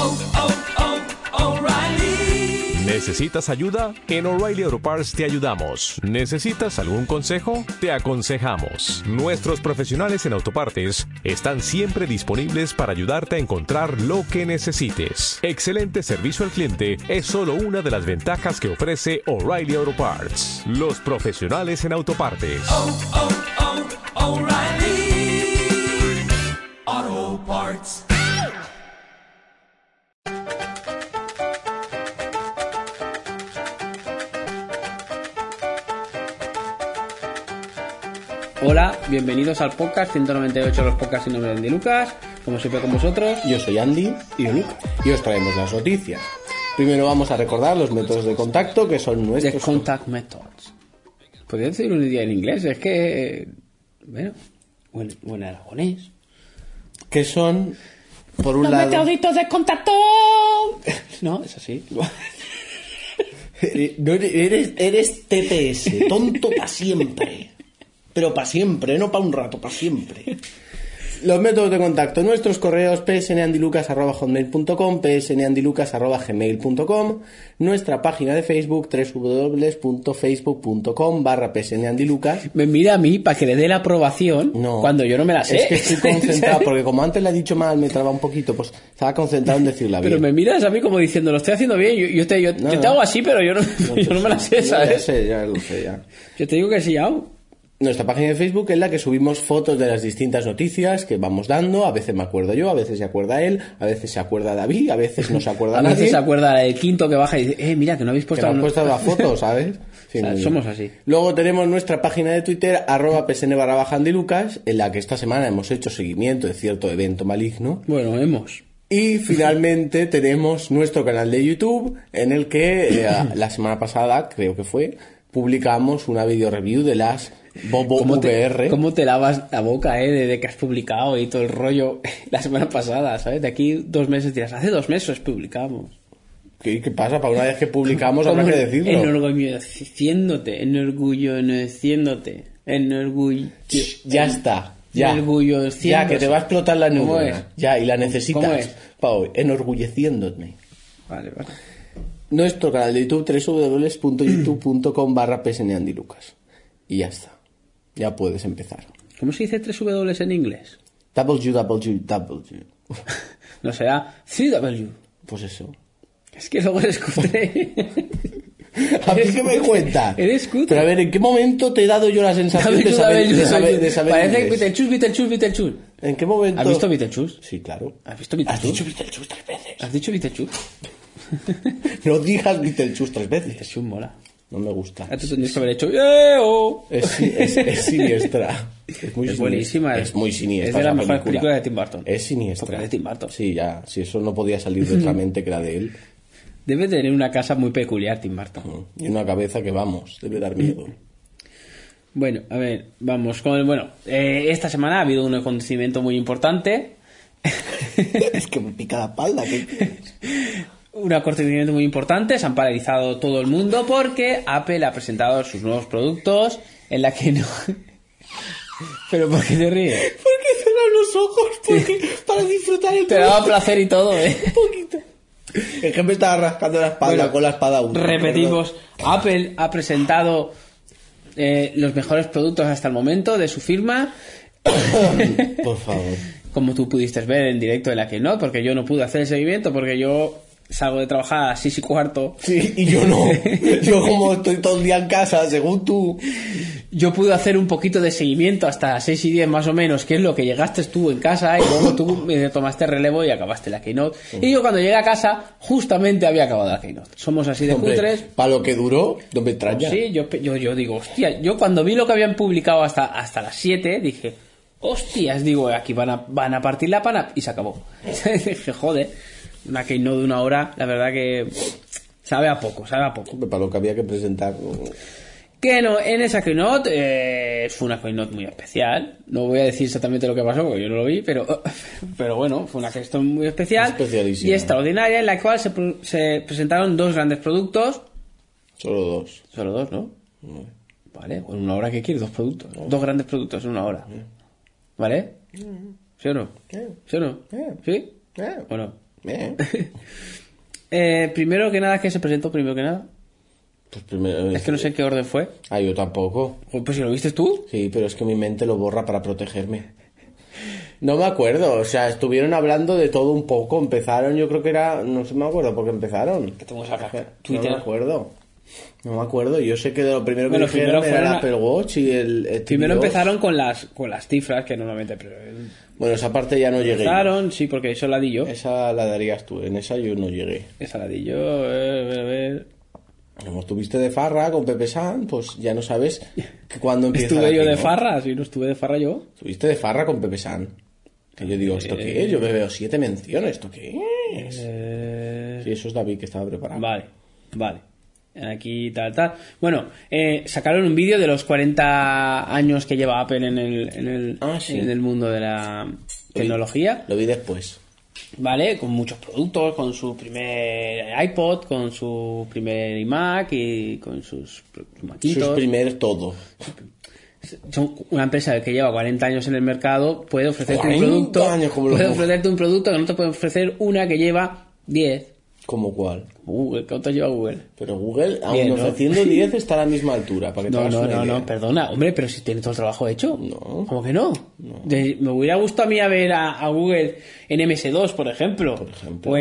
O'Reilly. ¿Necesitas ayuda? En O'Reilly Auto Parts te ayudamos. ¿Necesitas algún consejo? Te aconsejamos. Nuestros profesionales en autopartes están siempre disponibles para ayudarte a encontrar lo que necesites. Excelente servicio al cliente es solo una de las ventajas que ofrece O'Reilly Auto Parts. Los profesionales en autopartes. O'Reilly Auto Parts. Hola, bienvenidos al podcast 198 de los podcasts sin nombre de Andy Lucas. Como siempre con vosotros, yo soy Andy y yo Lucas. Y os traemos las noticias. Primero vamos a recordar los métodos de contacto, que son nuestros... The contact methods. Podría decir un día en inglés, es que... Bueno, o en aragonés. Que son, por un ¡Los lado... métodos de contacto! No, es así. No, eres TPS, tonto para siempre. Pero para siempre, no para un rato, para siempre. Los métodos de contacto, nuestros correos: psnandilucas@hotmail.com, psnandilucas@gmail.com, nuestra página de Facebook, www.facebook.com/psnandilucas. Me mira a mí para que le dé la aprobación cuando yo no me la sé. Es que estoy concentrado, porque como antes le he dicho mal, me traba un poquito, pues estaba concentrado en decirla bien. Pero me miras a mí como diciendo, lo estoy haciendo bien, yo te hago así, pero yo no me la sé, ¿sabes? Ya lo sé. Yo te digo que sí, hago. Nuestra página de Facebook es la que subimos fotos de las distintas noticias que vamos dando. A veces me acuerdo yo, a veces se acuerda él, a veces se acuerda David, a veces no se acuerda nadie. A veces se acuerda el quinto que baja y dice, mira, que no habéis puesto... Que no han puesto la foto, ¿sabes? Sí, o sea, somos así. Luego tenemos nuestra página de Twitter, @psn_andilucas, en la que esta semana hemos hecho seguimiento de cierto evento maligno. Bueno, hemos... Y finalmente tenemos nuestro canal de YouTube, en el que la semana pasada, creo que fue, publicamos una video review de las Bobo VR. ¿Cómo te lavas la boca, de que has publicado y todo el rollo la semana pasada, ¿sabes? De aquí 2 meses dirás, hace 2 meses publicamos. ¿Qué pasa? Para una vez que publicamos habrá que decirlo. Enorgulleciéndote. Ya está. Ya, que te va a explotar la neurona. Ya, y la necesitas. ¿Cómo es? Para hoy, enorgulleciéndome. Vale. Nuestro canal de YouTube, www.youtube.com/psnandilucas. Y ya está. Ya puedes empezar. ¿Cómo se dice 3 W en inglés? www. No será 3W. Pues eso. Es que luego eres cutre. ¿A mí qué me cuentas? Eres cutre. Pero a ver, ¿en qué momento te he dado yo la sensación de saber Parece Beetlejuice. ¿En qué momento? ¿Has visto Beetlejuice? Sí, claro. ¿Has visto Beetlejuice? Has dicho Beetlejuice 3 veces. ¿Has dicho Beetlejuice? No digas Beetlejuice 3 veces. Beetlejuice mola. No me gusta. Tú tendrías que haber hecho... Es siniestra. Es buenísima. Es muy siniestra. Es de las mejores películas de Tim Burton. Es siniestra. Porque es de Tim Burton. Sí, ya. Si eso no podía salir de otra mente que la de él. Debe tener una casa muy peculiar, Tim Burton. Y una cabeza que, vamos, debe dar miedo. Bueno, a ver, vamos con el... Bueno, esta semana ha habido un acontecimiento muy importante. Es que me pica la espalda. Un acontecimiento muy importante. Se han paralizado todo el mundo porque Apple ha presentado sus nuevos productos en la que no... ¿Pero por qué te ríes? Porque cerrar los ojos, para disfrutar el Te daba placer y todo, Un poquito. Es que me estaba rascando la espalda con la espada aún. Repetimos, Apple ha presentado los mejores productos hasta el momento de su firma. Por favor. Como tú pudiste ver en directo en la que no, porque yo no pude hacer el seguimiento, porque yo salgo de trabajar a las 6:15. Sí, y yo no. Yo como estoy todo el día en casa, según tú. Yo pude hacer un poquito de seguimiento hasta las 6:10 más o menos, que es lo que llegaste tú en casa, y luego tú tomaste relevo y acabaste la Keynote. Y yo cuando llegué a casa, justamente había acabado la Keynote. Somos así de cutres. Para lo que duró, no me extraña. Sí, yo digo, hostia, yo cuando vi lo que habían publicado hasta las 7, dije, hostias, digo, aquí van a partir la pana, y se acabó. Dije, joder, una Keynote de 1 hora, la verdad que sabe a poco. Para lo que había que presentar. Que no, en esa Keynote fue una Keynote muy especial. No voy a decir exactamente lo que pasó porque yo no lo vi, pero bueno, fue una Keynote muy especial y extraordinaria, en la cual se presentaron 2 grandes productos. Solo 2, ¿no? Vale, en 1 hora, ¿qué quieres? 2 productos. No. 2 grandes productos en 1 hora. ¿Vale? ¿Sí o no? ¿Sí o no? ¿Sí? ¿O no? Primero que nada, ¿qué se presentó primero que nada? Pues primero, Es que no sé en qué orden fue. Yo tampoco. Pues si lo viste tú. Sí, pero es que mi mente lo borra para protegerme. No me acuerdo, o sea, estuvieron hablando de todo un poco. Empezaron, yo creo que era... No sé, me acuerdo por qué empezaron. Que tengo esa Twitter. No me acuerdo. Yo sé que de lo primero que primero dijeron era el Apple Watch y el primero TV2. empezaron con las cifras que normalmente... Bueno, esa parte ya no llegué. Empezaron, sí, porque eso la di yo. Esa la darías tú, en esa yo no llegué. Esa la di yo, a ver... Como estuviste de farra con Pepe San, pues ya no sabes que cuándo empieza. Estuve yo de farra, sí, no estuve de farra yo. Estuviste de farra con Pepe San. Que yo digo, ¿esto qué es? Yo me veo 7 menciones, ¿esto qué es? Sí, eso es David que estaba preparado. Vale. Aquí tal. Bueno, sacaron un vídeo de los 40 años que lleva Apple en el mundo de la tecnología. Lo vi después. Vale, con muchos productos, con su primer iPod, con su primer iMac y con sus maquitos. Sus primeros todo. Son una empresa que lleva 40 años en el mercado, puede ofrecerte un producto, ofrecerte un producto que no te puede ofrecer una que lleva 10. ¿Cómo cuál? Google, ¿cuánto lleva Google? Pero Google, aún ofreciendo 10, está a la misma altura. Para que No, perdona, hombre, pero si tiene todo el trabajo hecho. No. ¿Cómo que no? Me hubiera gustado a mí a ver a Google en MS2, por ejemplo. O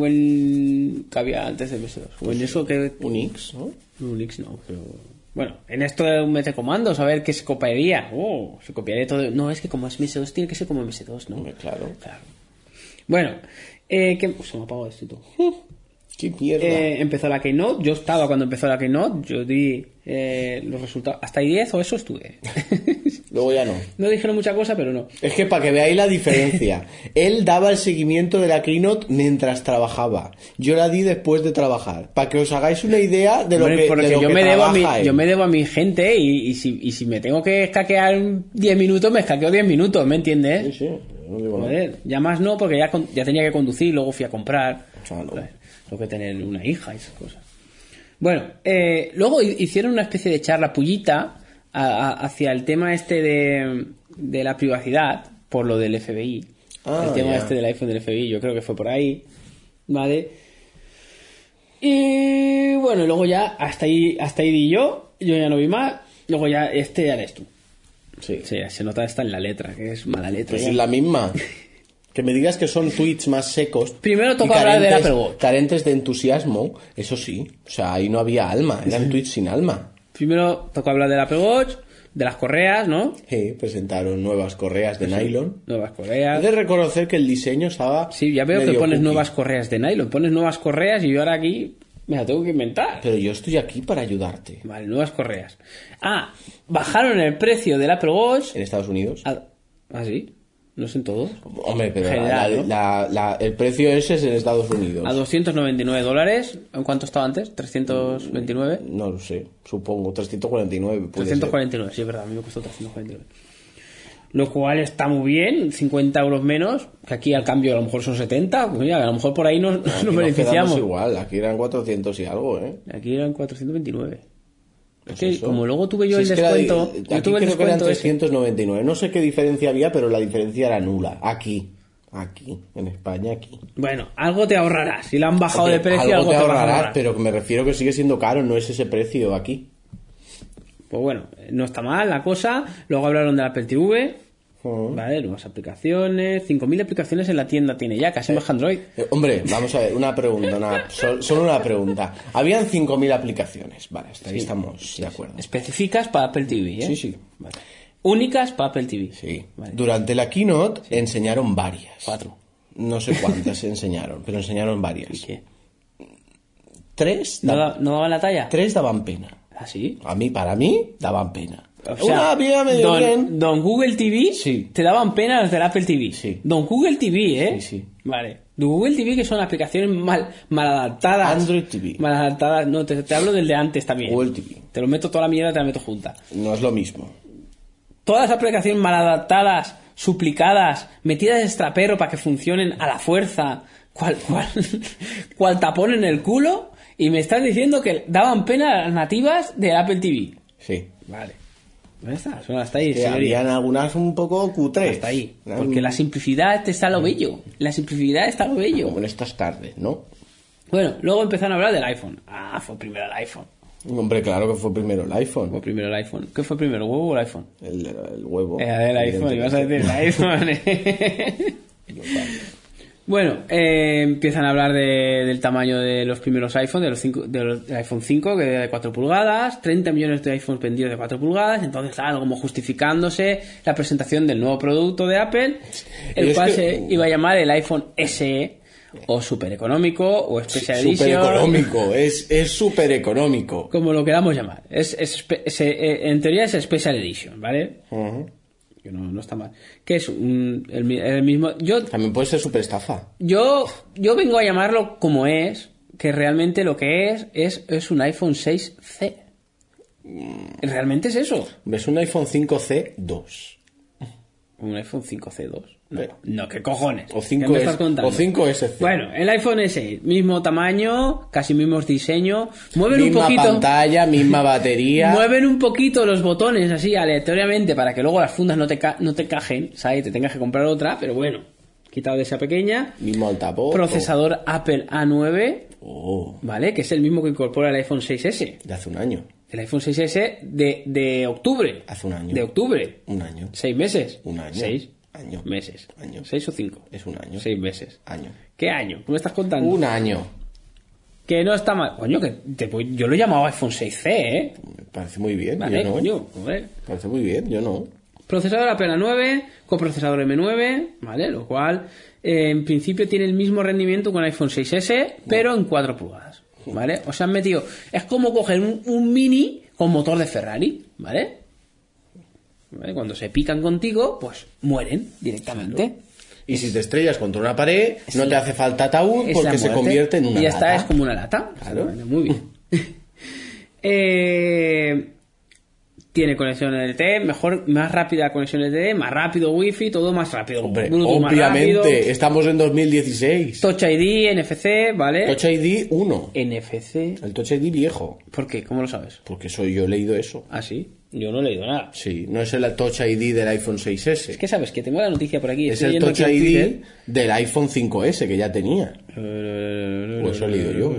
en que había antes de MS2. O en eso que... Unix, ¿no? Unix no, pero... Bueno, en esto de un metacomandos, a ver qué se copiaría. Se copiaría todo. No, es que como es MS2, tiene que ser como MS2, ¿no? Claro. Bueno, se me apagó esto y todo. ¡Qué mierda! Empezó la Keynote. Yo estaba cuando empezó la Keynote. Yo di los resultados. Hasta ahí 10 o eso estuve. Luego ya no. No dijeron mucha cosa, pero no. Es que para que veáis la diferencia. Él daba el seguimiento de la Keynote mientras trabajaba. Yo la di después de trabajar. Para que os hagáis una idea de lo que yo me debo a mi gente y si me tengo que escaquear 10 minutos, me escaqueo 10 minutos, ¿me entiendes? Sí. No digo Joder, ya más no, porque ya tenía que conducir, luego fui a comprar. Claro. Tengo que tener una hija y esas cosas. Bueno, luego hicieron una especie de charla pullita hacia el tema este de la privacidad por lo del FBI. El tema este del iPhone del FBI, yo creo que fue por ahí. ¿Vale? Y bueno, luego ya hasta ahí di yo ya no vi más. Luego ya ya eres tú. Sí, se nota hasta en la letra, que es mala letra. Pues es la misma. Que me digas que son tweets más secos. Primero toca hablar del Apple Watch. Carentes de entusiasmo, eso sí. O sea, ahí no había alma, eran tweets sin alma. Primero tocó hablar del Apple Watch, de las correas, ¿no? Sí, presentaron nuevas correas de nylon. Nuevas correas. He de reconocer que el diseño estaba... Sí, ya veo que pones nuevas correas de nylon. Pones nuevas correas y yo ahora aquí me la tengo que inventar. Pero yo estoy aquí para ayudarte. Vale, nuevas correas. Bajaron el precio del Apple Watch. ¿En Estados Unidos? ¿Sí? ¿No es en todos? Hombre, pero general, el precio ese es en Estados Unidos. A $299. ¿En cuánto estaba antes? ¿329? No lo sé, supongo. 349. 349, sí, es verdad. A mí me costó 349. Lo cual está muy bien, 50 euros menos, que aquí al cambio a lo mejor son 70. Pues mira, a lo mejor por ahí nos beneficiamos. Igual, aquí eran 400 y algo, ¿eh? Aquí eran 429. Pues es que como luego tuve yo el descuento... Aquí creo que eran 399. No sé qué diferencia había, pero la diferencia era nula. Aquí, en España, aquí. Bueno, algo te ahorrarás. Si la han bajado de precio, algo te ahorrarás. Pero me refiero que sigue siendo caro, no es ese precio aquí. Pues bueno, no está mal la cosa. Luego hablaron de la Apple TV. Vale, nuevas aplicaciones. 5.000 aplicaciones en la tienda tiene ya, casi más Android. Hombre, vamos a ver, una pregunta, solo una pregunta. Habían 5.000 aplicaciones, vale, hasta ahí estamos de acuerdo. Específicas para Apple TV, ¿eh? Sí. Vale. Únicas para Apple TV. Sí. Vale. Durante la keynote enseñaron varias. 4. No sé cuántas enseñaron, pero enseñaron varias. ¿Y qué? 3 ¿No daban la talla? 3 daban pena. ¿Ah, sí? Para mí, daban pena. O sea, Don Google TV te daban pena los del Apple TV. Sí. Don Google TV, Sí. Vale. Don Google TV, que son aplicaciones mal adaptadas. Android TV. Mal adaptadas. No, te hablo del de antes también. Google TV. Te lo meto toda la mierda, te la meto junta. No es lo mismo. Todas las aplicaciones mal adaptadas, suplicadas, metidas de extraperro para que funcionen a la fuerza, cual tapón en el culo, y me estás diciendo que daban pena las nativas del Apple TV. Sí. Vale. Ya está, son hasta ahí. Que habían algunas un poco cutres. Hasta ahí. Porque la simplicidad está lo bello. La simplicidad está lo bello. Como en estas tardes, ¿no? Bueno, luego empezaron a hablar del iPhone. Fue primero el iPhone. Hombre, claro que fue primero el iPhone. Fue primero el iPhone. ¿Qué fue primero, el huevo o el iPhone? El huevo. El iPhone, ibas a decir el iPhone. Bueno, empiezan a hablar del tamaño de los primeros iPhone, del iPhone 5, que era de 4 pulgadas, 30 millones de iPhones vendidos de 4 pulgadas, entonces claro, como justificándose la presentación del nuevo producto de Apple, el cual se iba a llamar el iPhone SE, o super económico, o Special Edition. Super económico, es super económico. Como lo queramos llamar. En teoría es Special Edition, ¿vale? Uh-huh. Que no está mal. Que es el mismo. También puede ser super estafa. Yo vengo a llamarlo como es, que realmente lo que es un iPhone 6C. Realmente es eso. Es un iPhone 5C2. Un iPhone 5C2. No, ¿qué cojones? O 5S. Bueno, el iPhone SE, mismo tamaño, casi mismos diseños, mueven misma un poquito. Pantalla, misma batería. Mueven un poquito los botones así aleatoriamente para que luego las fundas no te cajen, ¿sabes? Te tengas que comprar otra, pero bueno, quitado de esa pequeña. Mismo altavoz. Procesador Apple A9, ¿vale? Que es el mismo que incorpora el iPhone 6S. De hace un año. El iPhone 6S de octubre. Hace un año. De octubre. Un año. 6 meses. Un año. 6 año. Meses. Año. 6 o 5. Es un año. 6 meses. Año. ¿Qué año? ¿Qué me estás contando? Un año. Que no está mal. Coño, yo lo he llamado iPhone 6C, ¿eh? Me parece muy bien. Vale, yo no. coño, joder. Me parece muy bien, yo no. Procesador Apple A9, coprocesador M9, ¿vale? Lo cual, en principio tiene el mismo rendimiento que un iPhone 6S, pero en 4 pulgadas, ¿vale? O sea, han metido... Es como coger un Mini con motor de Ferrari, ¿vale? Cuando se pican contigo, pues mueren directamente. Claro. Y si te estrellas contra una pared, no te hace falta ataúd porque se convierte en una lata. Y esta es como una lata. Claro. Muy bien. Tiene conexión LTE, más rápida conexión LTE, más rápido Wi-Fi, todo más rápido. Hombre, Bluetooth obviamente, más rápido. estamos en 2016. Touch ID, NFC, ¿vale? Touch ID 1. NFC. El Touch ID viejo. ¿Por qué? ¿Cómo lo sabes? Porque yo he leído eso. ¿Ah, sí? Yo no he leído nada. Sí, no es el Touch ID del iPhone 6S. Es que sabes que tengo la noticia por aquí. Es el Touch ID del iPhone 5S que ya tenía. Pues eso he leído yo.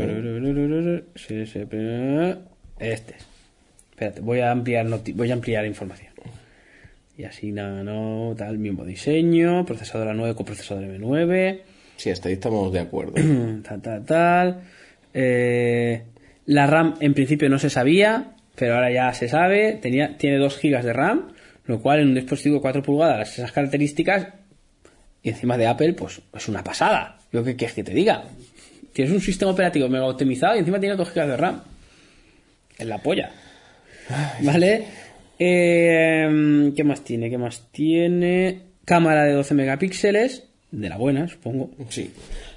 Espérate, voy a ampliar información. Y así tal, mismo diseño, procesador A9 con procesador M9. Sí, hasta ahí estamos de acuerdo. tal. La RAM en principio no se sabía, pero ahora ya se sabe. Tiene 2 GB de RAM, lo cual en un dispositivo de 4 pulgadas, esas características, y encima de Apple, pues es una pasada. ¿Qué quieres que te diga? Tienes un sistema operativo mega optimizado y encima tiene 2 GB de RAM. Es la polla. ¿Vale? ¿Qué más tiene? Cámara de 12 megapíxeles. De la buena, supongo. Sí.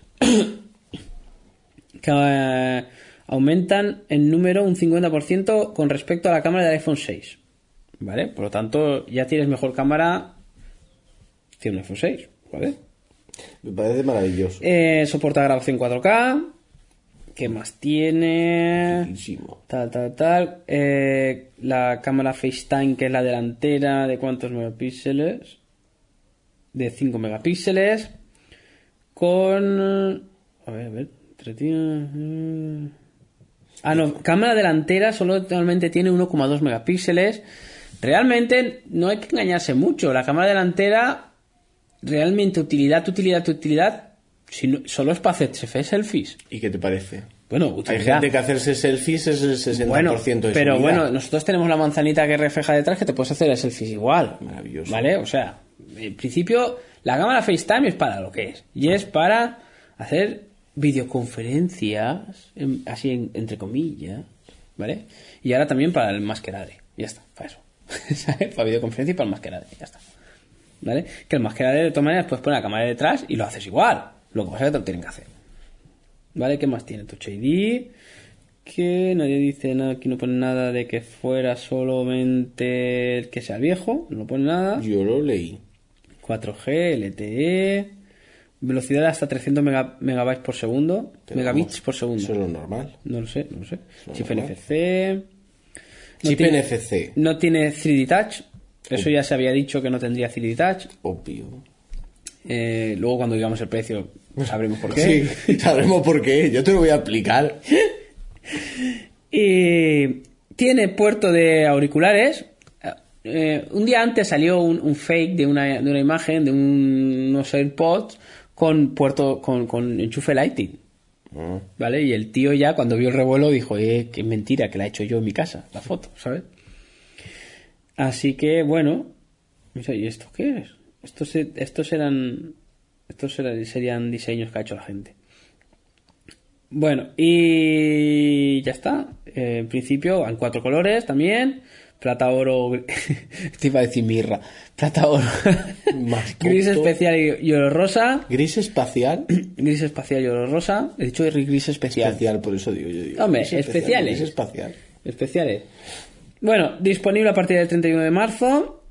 Que aumentan en número un 50% con respecto a la cámara del iPhone 6. ¿Vale? Por lo tanto, ya tienes mejor cámara que un iPhone 6. ¿Vale? Me parece maravilloso. Soporta grabación 4K. ¿Qué más tiene? Buenísimo. Tal. La cámara FaceTime, que es la delantera, ¿de cuántos megapíxeles? De 5 megapíxeles. Con... A ver. Cámara delantera solamente tiene 1,2 megapíxeles. Realmente no hay que engañarse mucho. La cámara delantera, realmente utilidad, solo es para hacerse selfies. ¿Y qué te parece? Bueno, utilidad. Hay gente que hacerse selfies es el 60% de su pero vida. bueno, nosotros tenemos la manzanita que refleja detrás que te puedes hacer el selfies igual. Maravilloso. ¿Vale? O sea, en principio, la cámara FaceTime es para lo que es. Y es para hacer videoconferencias, así entre comillas, ¿vale? Y ahora también para el masquerade. Ya está, para eso. ¿Sabes? Para videoconferencia y para el masquerade. Ya está. ¿Vale? Que el masquerade de todas maneras puedes poner la cámara detrás y lo haces igual. Lo que pasa es que te lo tienen que hacer. ¿Vale? ¿Qué más tiene? Touch ID. Que nadie dice nada, aquí no pone nada de que fuera solamente el que sea viejo. No pone nada. Yo lo leí. 4G, LTE. Velocidad hasta 300 megabytes por segundo. Megabits por segundo. Eso es lo normal. No lo sé. Chip NFC. Chip NFC. No tiene 3D Touch. Eso ya se había dicho que no tendría 3D Touch. Obvio. Luego cuando digamos el precio sabremos por qué. Sí, sabremos por qué. Yo te lo voy a explicar. Y tiene puerto de auriculares. Un día antes salió un fake de una imagen de unos AirPods con puerto con enchufe Lightning. ¿Vale? Y el tío ya cuando vio el revuelo dijo, que mentira, que la he hecho yo en mi casa, la foto, ¿sabes? Así que bueno, ¿y esto qué es? Estos serían diseños que ha hecho la gente. Bueno, y ya está. En principio, en 4 colores también. Plata, oro... Te iba a decir mirra. Plata, oro... Gris especial y oro rosa. ¿Gris espacial? Gris espacial y oro rosa. He dicho gris especial. Especial, por eso digo. Hombre, especiales. Gris espacial. Especiales. Bueno, disponible a partir del 31 de marzo.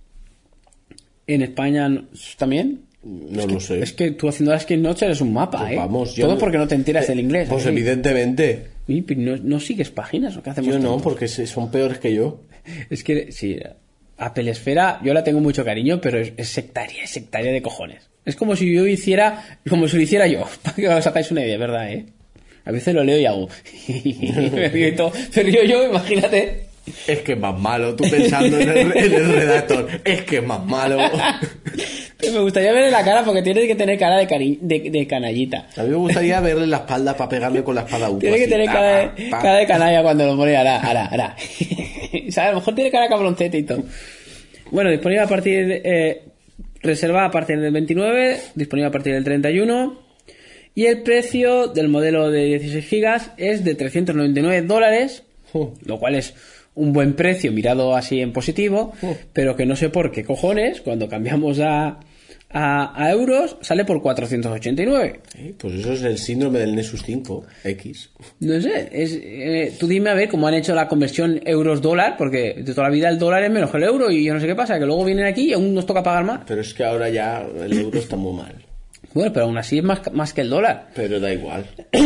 En España también. No lo sé. Es que tú haciendo las Keynote eres un mapa, pues vamos, todo porque no te enteras del inglés. Pues evidentemente. ¿Y no sigues páginas o qué hacemos? Yo no, porque son peores que yo. Es que, sí, Apple Esfera, yo la tengo mucho cariño, pero es sectaria de cojones. Es como si yo lo hiciera yo, para que os hagáis una idea, ¿verdad? A veces lo leo y hago. Me río yo, imagínate. Es que es más malo, tú pensando en el redactor. Es que es más malo. Me gustaría verle la cara porque tiene que tener cara de canallita. A mí me gustaría verle la espalda para pegarle con la espada UPA. Tiene que tener cara de canalla cuando lo pone hará. ¿Sabes? A lo mejor tiene cara de cabroncete y todo. Bueno, disponible a partir reservada a partir del 29, disponible a partir del 31. Y el precio del modelo de 16 gigas es de $399, lo cual es un buen precio mirado así en positivo, pero que no sé por qué cojones, cuando cambiamos a euros, sale por 489. Pues eso es el síndrome del Nexus 5 X. No sé, tú dime a ver cómo han hecho la conversión euros-dólar, porque de toda la vida el dólar es menos que el euro y yo no sé qué pasa, que luego vienen aquí y aún nos toca pagar más. Pero es que ahora ya el euro está muy mal. Bueno, pero aún así es más que el dólar. Pero da igual.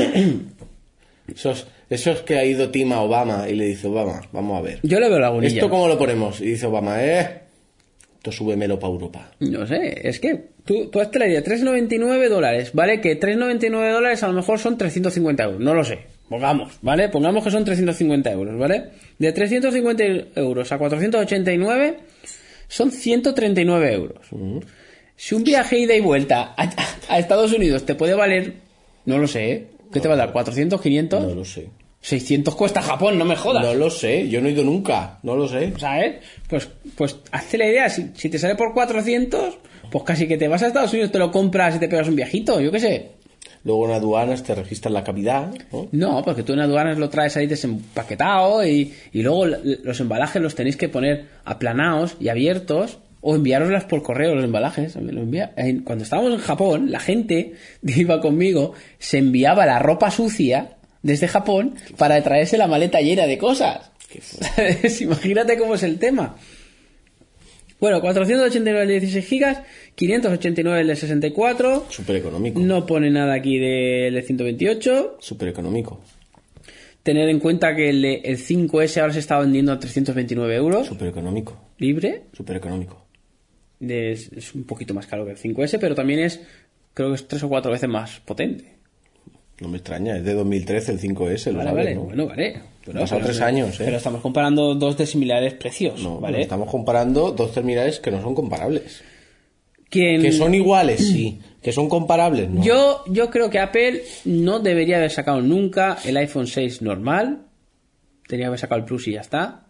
Eso es que ha ido Tim a Obama y le dice, Obama, vamos a ver. Yo le veo la bonilla. ¿Esto cómo lo ponemos? Y dice Obama, esto súbemelo para Europa. No sé, es que tú hazte la idea, $399, ¿vale? Que $399 a lo mejor son 350 euros, no lo sé. Pongamos, ¿vale? Pongamos que son 350 euros, ¿vale? De 350 euros a 489 son 139 euros. Si un viaje ida y vuelta a Estados Unidos te puede valer, no lo sé, ¿qué te va a dar? ¿400, 500? No lo sé. 600 cuesta Japón, no me jodas. No lo sé, yo no he ido nunca, no lo sé. ¿Sabes? Pues hazte la idea, si te sale por 400, pues casi que te vas a Estados Unidos, te lo compras y te pegas un viajito, yo qué sé. Luego en aduanas te registran la cavidad, ¿no? No, porque tú en aduanas lo traes ahí desempaquetado y luego los embalajes los tenéis que poner aplanados y abiertos o enviároslas por correo los embalajes. Cuando estábamos en Japón, la gente iba conmigo, se enviaba la ropa sucia desde Japón para traerse la maleta llena de cosas. Imagínate cómo es el tema. Bueno, 489 el de 16 gigas, 589 el de 64. Súper económico. No pone nada aquí del 128. Súper económico. Tener en cuenta que el 5S ahora se está vendiendo a 329 euros. Súper económico. ¿Libre? Súper económico. Es un poquito más caro que el 5S, pero también creo que es 3 o 4 veces más potente. No me extraña, es de 2013 el 5S. Vale, ¿no? Bueno, vale. Han pasado 3 años, Pero estamos comparando dos de similares precios, no, ¿vale? Estamos comparando dos terminales que no son comparables. Que son iguales, sí. Que son comparables, no. Yo creo que Apple no debería haber sacado nunca el iPhone 6 normal. Tenía que haber sacado el Plus y ya está.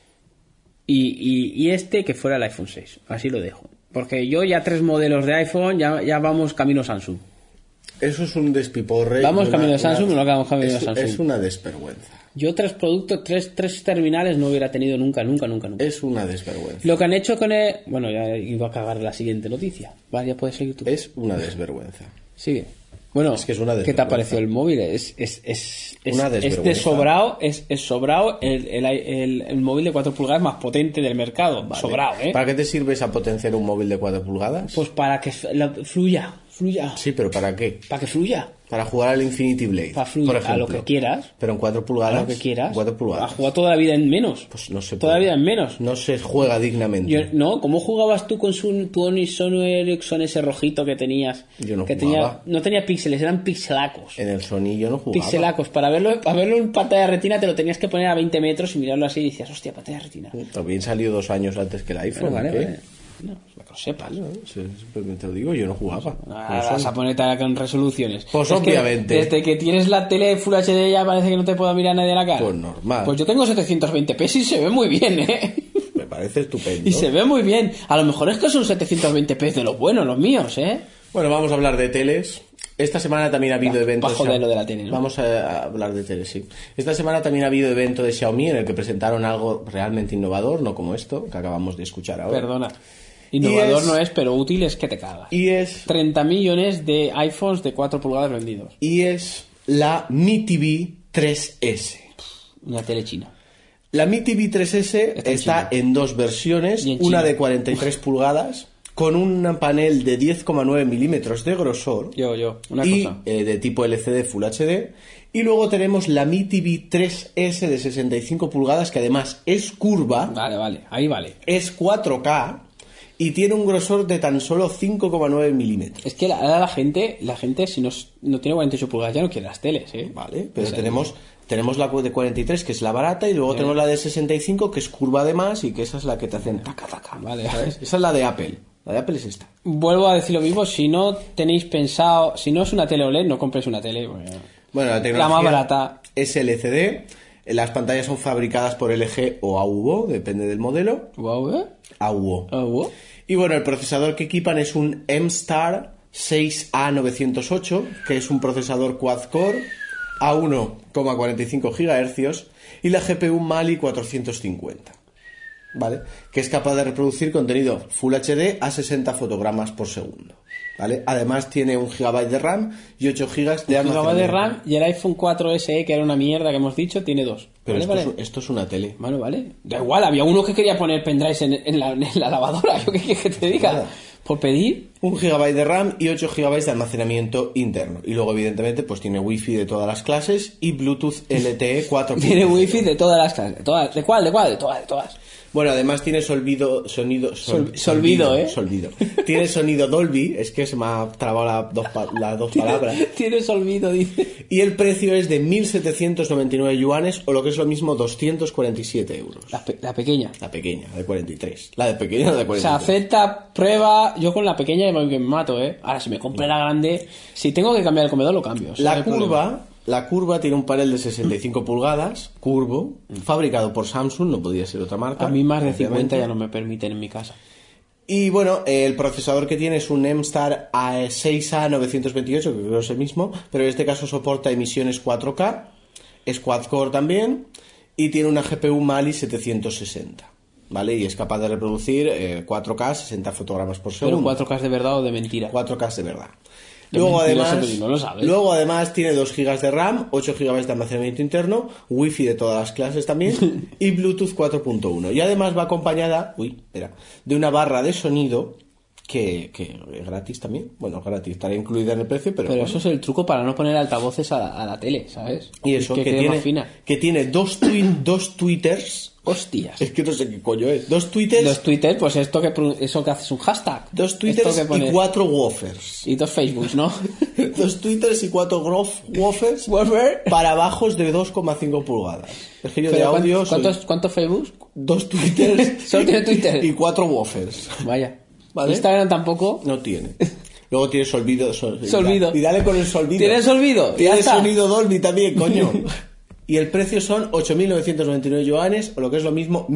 Y que fuera el iPhone 6. Así lo dejo. Porque yo ya 3 modelos de iPhone, ya vamos camino Samsung. Eso es un despiporre. Vamos camino de Samsung, no vamos camino de Samsung. Es una desvergüenza. Yo 3 productos, 3 terminales no hubiera tenido nunca. Es una desvergüenza. Lo que han hecho con el... Bueno, ya iba a cagar la siguiente noticia. Vale, ya puedes seguir tú. Es una desvergüenza. Sigue. Bueno, es que es una desvergüenza. ¿Qué te ha parecido el móvil? Es una desvergüenza. Es de sobrado, es sobrado el móvil de 4 pulgadas más potente del mercado. Vale. Sobrado, ¿eh? ¿Para qué te sirve esa potencia en un móvil de 4 pulgadas? Pues para que fluya Fluya. Sí, pero ¿para qué? Para que fluya. Para jugar al Infinity Blade, Para fluir por ejemplo. a lo que quieras. Pero en 4 pulgadas. A lo que quieras. 4 pulgadas. A jugar toda la vida en menos. Pues no se Toda la puede. vida en menos. No se juega dignamente. No, ¿cómo jugabas tú con tu Sony Ericsson ese rojito que tenías? Yo no que jugaba. no tenía píxeles, eran pixelacos. En el Sony yo no jugaba. Pixelacos. Para verlo en pantalla retina te lo tenías que poner a 20 metros y mirarlo así y decías, hostia, pantalla retina. También salió 2 años antes que el iPhone. Vale, ¿qué? vale. No, para que lo sepas. Simplemente te lo digo, yo no jugaba. Vas a ponerte con resoluciones. Pues Es que obviamente. desde que tienes la tele Full HD ya parece que no te pueda mirar nadie a la cara. Pues normal. Pues yo tengo 720p y se ve muy bien, Me parece estupendo. Y se ve muy bien. A lo mejor es que son 720p de los buenos, los míos, Bueno, vamos a hablar de teles. Esta semana también ha habido eventos. Bajo de lo de la tele, ¿no? Vamos a hablar de teles, sí. Esta semana también ha habido evento de Xiaomi en el que presentaron algo realmente innovador, no como esto que acabamos de escuchar ahora. Perdona. Innovador Y es- no es, pero útil es que te cagas. Y es 30 millones de iPhones de 4 pulgadas vendidos. la Mi TV 3S. Una tele china. La Mi TV 3S está en 2 versiones, Y en una China. de 43 pulgadas con un panel de 10,9 milímetros de grosor Una y cosa. de tipo LCD Full HD. Y luego tenemos la Mi TV 3S de 65 pulgadas que además es curva, Vale, ahí vale. es 4K y tiene un grosor de tan solo 5,9 milímetros. Es que ahora la gente si no tiene 48 pulgadas ya no quiere las teles, Vale, pero O sea, tenemos la de 43 que es la barata y luego tenemos la de 65 que es curva además y que esa es la que te hacen taca taca. Vale. ¿Sabes? Esa es la de Apple. La de Apple es esta. Vuelvo a decir lo mismo, si no tenéis pensado, si no es una tele OLED, no compréis una tele. Bueno, la tecnología más barata. es LCD. Las pantallas son fabricadas por LG o AUO, depende del modelo. Wow, AUO. wow. Y bueno, el procesador que equipan es un M-Star 6A908, que es un procesador quad-core a 1,45 GHz y la GPU Mali 450. ¿Vale? Que es capaz de reproducir contenido Full HD a 60 fotogramas por segundo. ¿Vale? Además tiene 1 GB de RAM y 8 GB de almacenamiento. GB de RAM y el iPhone 4 SE, que era una mierda que hemos dicho, tiene 2. Pero ¿Vale? esto es una tele. Bueno, vale. Da igual, había uno que quería poner pendrives en la lavadora. ¿Yo qué quieres que te diga? Nada. Por pedir. 1 GB de RAM y 8 GB de almacenamiento interno. Y luego, evidentemente, pues tiene Wi-Fi de todas las clases y Bluetooth LTE 4.0. Tiene wifi de todas las clases. ¿De cuál? De todas. Bueno, además tiene sonido. Solvido. Tiene sonido Dolby, es que se me ha trabado las dos palabras. Tienes olvido, dice. Y el precio es de 1.799 yuanes, o lo que es lo mismo, 247 euros. La pequeña. La pequeña, la de 43. La de pequeña, la de 43. O sea, acepta, prueba. Yo con la pequeña me mato, Ahora, si me compré la grande, si tengo que cambiar el comedor, lo cambio. Eso no hay problema. La curva tiene un panel de 65 pulgadas, curvo, fabricado por Samsung, no podía ser otra marca. A mí más de 50 obviamente. ya no me permiten en mi casa. Y bueno, el procesador que tiene es un M-Star 6A928, que creo que es el mismo, pero en este caso soporta emisiones 4K, es quad-core también, y tiene una GPU Mali 760, ¿vale? Y es capaz de reproducir 4K, 60 fotogramas por Pero segundo. 4K de verdad o de mentira. 4K de verdad. De Luego mentiroso, además, pero no lo sabes. luego además tiene 2 GB de RAM, 8 GB de almacenamiento interno, Wi-Fi de todas las clases también y Bluetooth 4.1. Y además va acompañada, de una barra de sonido que es gratis también. Bueno, gratis, estará incluida en el precio, pero bueno. Eso es el truco para no poner altavoces a la tele, ¿sabes? Y eso, que quede más fina. que tiene dos twitters. Hostias. Es que no sé qué coño es. Dos twitters. Los Twitter, pues eso que haces un hashtag. Dos twitters Esto que pones. y 4 woofers. Y 2 Facebooks, ¿no? Dos twitters y 4 woofers Woofer. para bajos de 2,5 pulgadas. Es que yo de Pero audio soy ¿Cuántos Facebooks? 2 twitters Solo tiene Twitter. y 4 woofers. Vaya. ¿Vale? Instagram tampoco. No tiene. Luego tiene solvido. Solvido. Y dale con el solvido. ¿Tienes solvido? Tiene Ya está. sonido Dolby también, coño. Y el precio son 8.999 yuanes, o lo que es lo mismo,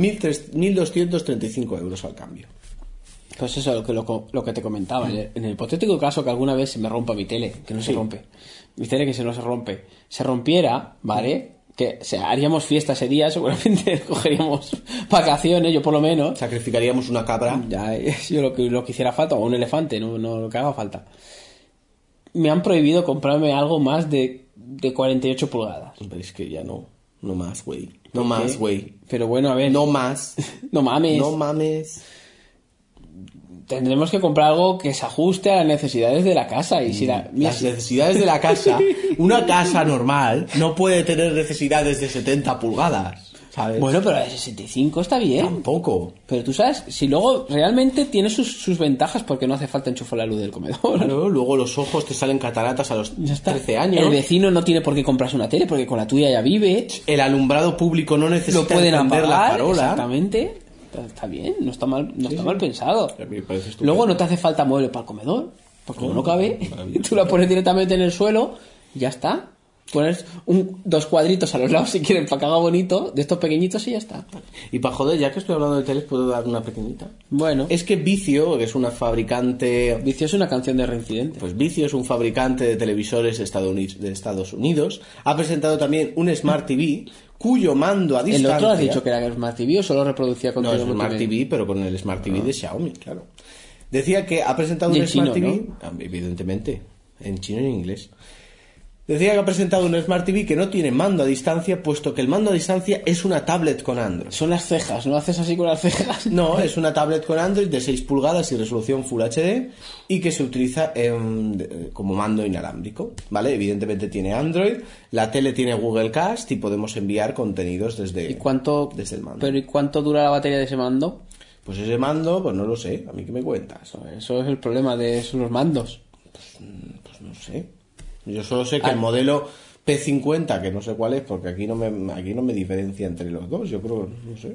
1.235 euros al cambio. Pues eso, lo que te comentaba. En el hipotético caso que alguna vez se me rompa mi tele, que no se rompe. Mi tele que no se rompe. Se rompiera, ¿vale? Que haríamos fiesta ese día, seguramente cogeríamos vacaciones, yo por lo menos. Sacrificaríamos una cabra. Ya, yo lo que hiciera falta, o un elefante, no lo que haga falta. Me han prohibido comprarme algo más de 48 pulgadas. Pero es que ya no más, güey. No más, güey. Pero bueno, a ver. No más. No mames. No mames. tendremos que comprar algo que se ajuste a las necesidades de la casa. Y si las necesidades de la casa, una casa normal no puede tener necesidades de 70 pulgadas, ¿sabes? Bueno, pero la de 65 está bien. Tampoco. Pero tú sabes, si luego realmente tiene sus ventajas, porque no hace falta enchufar la luz del comedor. Claro, luego los ojos te salen cataratas a los 13 años. El vecino no tiene por qué comprarse una tele, porque con la tuya ya vive. El alumbrado público no necesita lo pueden encender apagar, la farola. Exactamente. Está bien, no está mal, mal pensado. A mí me parece estupendo. Luego no te hace falta mueble para el comedor, porque como no cabe, tú la pones directamente en el suelo y ya está. Pones 2 cuadritos a los lados si quieren para que haga bonito, de estos pequeñitos y ya está. Y para joder, ya que estoy hablando de teles, ¿puedo dar una pequeñita? Bueno. Es que Vizio, que es una fabricante... Vizio es una canción de Reincidente. Pues Vizio es un fabricante de televisores de Estados Unidos. Ha presentado también un Smart TV cuyo mando a distancia... ¿El otro has dicho que era Smart TV o solo reproducía contenido? No, es Smart TV, pero con el Smart TV de Xiaomi, claro. Decía que ha presentado un Smart TV... ¿no? Evidentemente, en chino y en inglés. Decía que ha presentado un Smart TV que no tiene mando a distancia, puesto que el mando a distancia es una tablet con Android. Son las cejas, ¿no haces así con las cejas? No, es una tablet con Android de 6 pulgadas y resolución Full HD y que se utiliza como mando inalámbrico, ¿vale? Evidentemente tiene Android, la tele tiene Google Cast y podemos enviar contenidos desde el mando. ¿Pero y cuánto dura la batería de ese mando? Pues ese mando, pues no lo sé, ¿a mí qué me cuentas? Eso es el problema de los mandos. Pues no sé. Yo solo sé que el modelo P50, que no sé cuál es, porque aquí no me diferencia entre los dos, yo creo, no sé,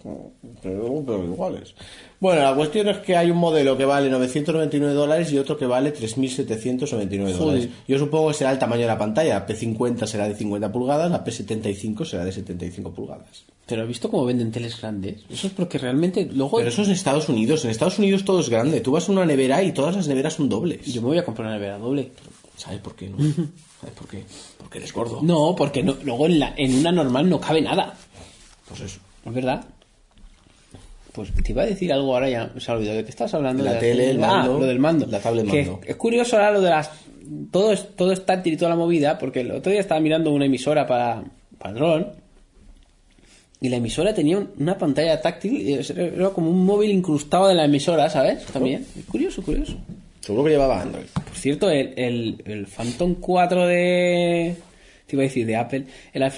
pero iguales. Bueno, la cuestión es que hay un modelo que vale $999 y otro que vale $3.799. Joder. Yo supongo que será el tamaño de la pantalla, la P50 será de 50 pulgadas, la P75 será de 75 pulgadas. Pero ¿has visto cómo venden teles grandes? Eso es porque realmente luego... Pero eso es en Estados Unidos todo es grande, tú vas a una nevera y todas las neveras son dobles. Yo me voy a comprar una nevera doble. ¿Sabes por qué no? ¿Sabes por qué? Porque eres gordo. No, porque no, luego en una normal no cabe nada. Pues eso. ¿Es verdad? Pues te iba a decir algo ahora ya, se ha olvidado de que estabas hablando. La tele, el mando. Lo del mando. La tablet mando. Es curioso ahora lo de las... Todo es táctil y toda la movida, porque el otro día estaba mirando una emisora para el dron y la emisora tenía una pantalla táctil, era como un móvil incrustado de la emisora, ¿sabes? También. Curioso. Seguro que llevaba Android. Por cierto, el Phantom 4 te iba a decir de Apple, el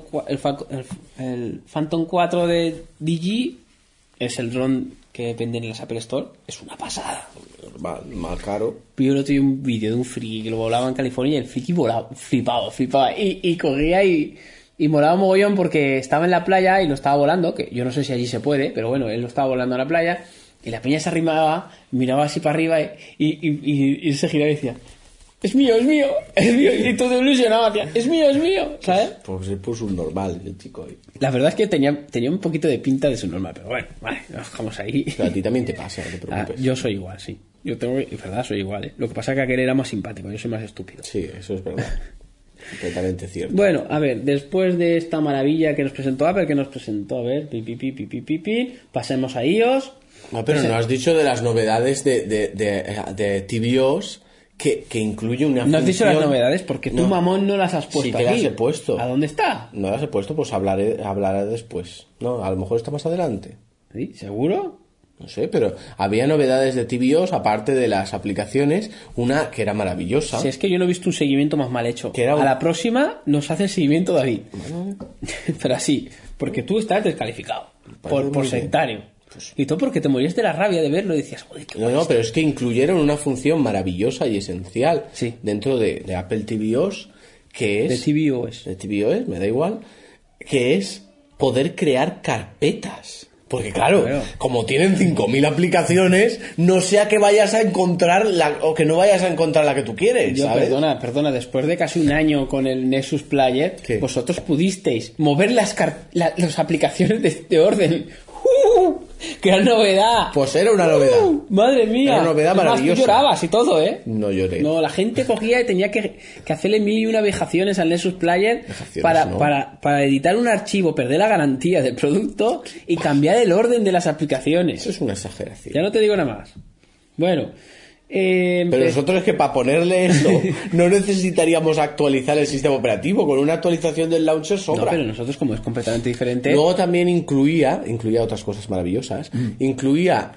Phantom 4 de DJI es el dron que venden en las Apple Store. Es una pasada. Más caro. Yo el otro día un vídeo de un friki que lo volaba en California y el friki flipaba. Y cogía y molaba mogollón porque estaba en la playa y lo estaba volando, que yo no sé si allí se puede, pero bueno, él lo estaba volando a la playa. Y la peña se arrimaba, miraba así para arriba y se giraba y decía: es mío. Y todo ilusionado, decía: es mío, ¿sabes? Pues es por subnormal el chico ahí. La verdad es que tenía un poquito de pinta de subnormal, pero bueno, vale, nos dejamos ahí. Pero a ti también te pasa, no te preocupes. Yo soy igual, sí. Es verdad, soy igual, ¿eh? Lo que pasa es que aquel era más simpático, yo soy más estúpido. Sí, eso es verdad. Completamente cierto. Bueno, a ver, después de esta maravilla que nos presentó Apple, pasemos a iOS. No, pero no has dicho de las novedades de tvOS que incluye una función... No has dicho las novedades porque tú, mamón, no las has puesto. Sí que aquí. las he puesto. ¿A dónde está? No las he puesto, pues hablaré después. No, a lo mejor está más adelante. ¿Sí? ¿Seguro? No sé, pero había novedades de tvOS aparte de las aplicaciones, una que era maravillosa. Si es que yo no he visto un seguimiento más mal hecho. Que era A la próxima nos hace el seguimiento David. Pero así, porque tú estás descalificado por sectario. Y todo porque te morías de la rabia de verlo y decías: joder, qué No, pero es que incluyeron una función maravillosa y esencial dentro de Apple tvOS, que es... De tvOS. De tvOS, me da igual, que es poder crear carpetas. Porque claro, como tienen 5.000 aplicaciones, no sea que vayas a encontrar o que no vayas a encontrar la que tú quieres, ¿sabes? Perdona, después de casi un año con el Nexus Player, vosotros pudisteis mover las aplicaciones de orden. ¡Qué novedad! Pues era una novedad. ¡Madre mía! Era una novedad maravillosa. Tú llorabas y todo, ¿eh? No lloré. No, la gente cogía y tenía que hacerle 1001 vejaciones al Nexus Player para editar un archivo, perder la garantía del producto y cambiar el orden de las aplicaciones. Eso es una exageración. Ya no te digo nada más. Bueno... pero nosotros es que para ponerle eso no necesitaríamos actualizar el sistema operativo, con una actualización del launcher sobra. No, pero nosotros, como es completamente diferente. Luego también incluía otras cosas maravillosas. Incluía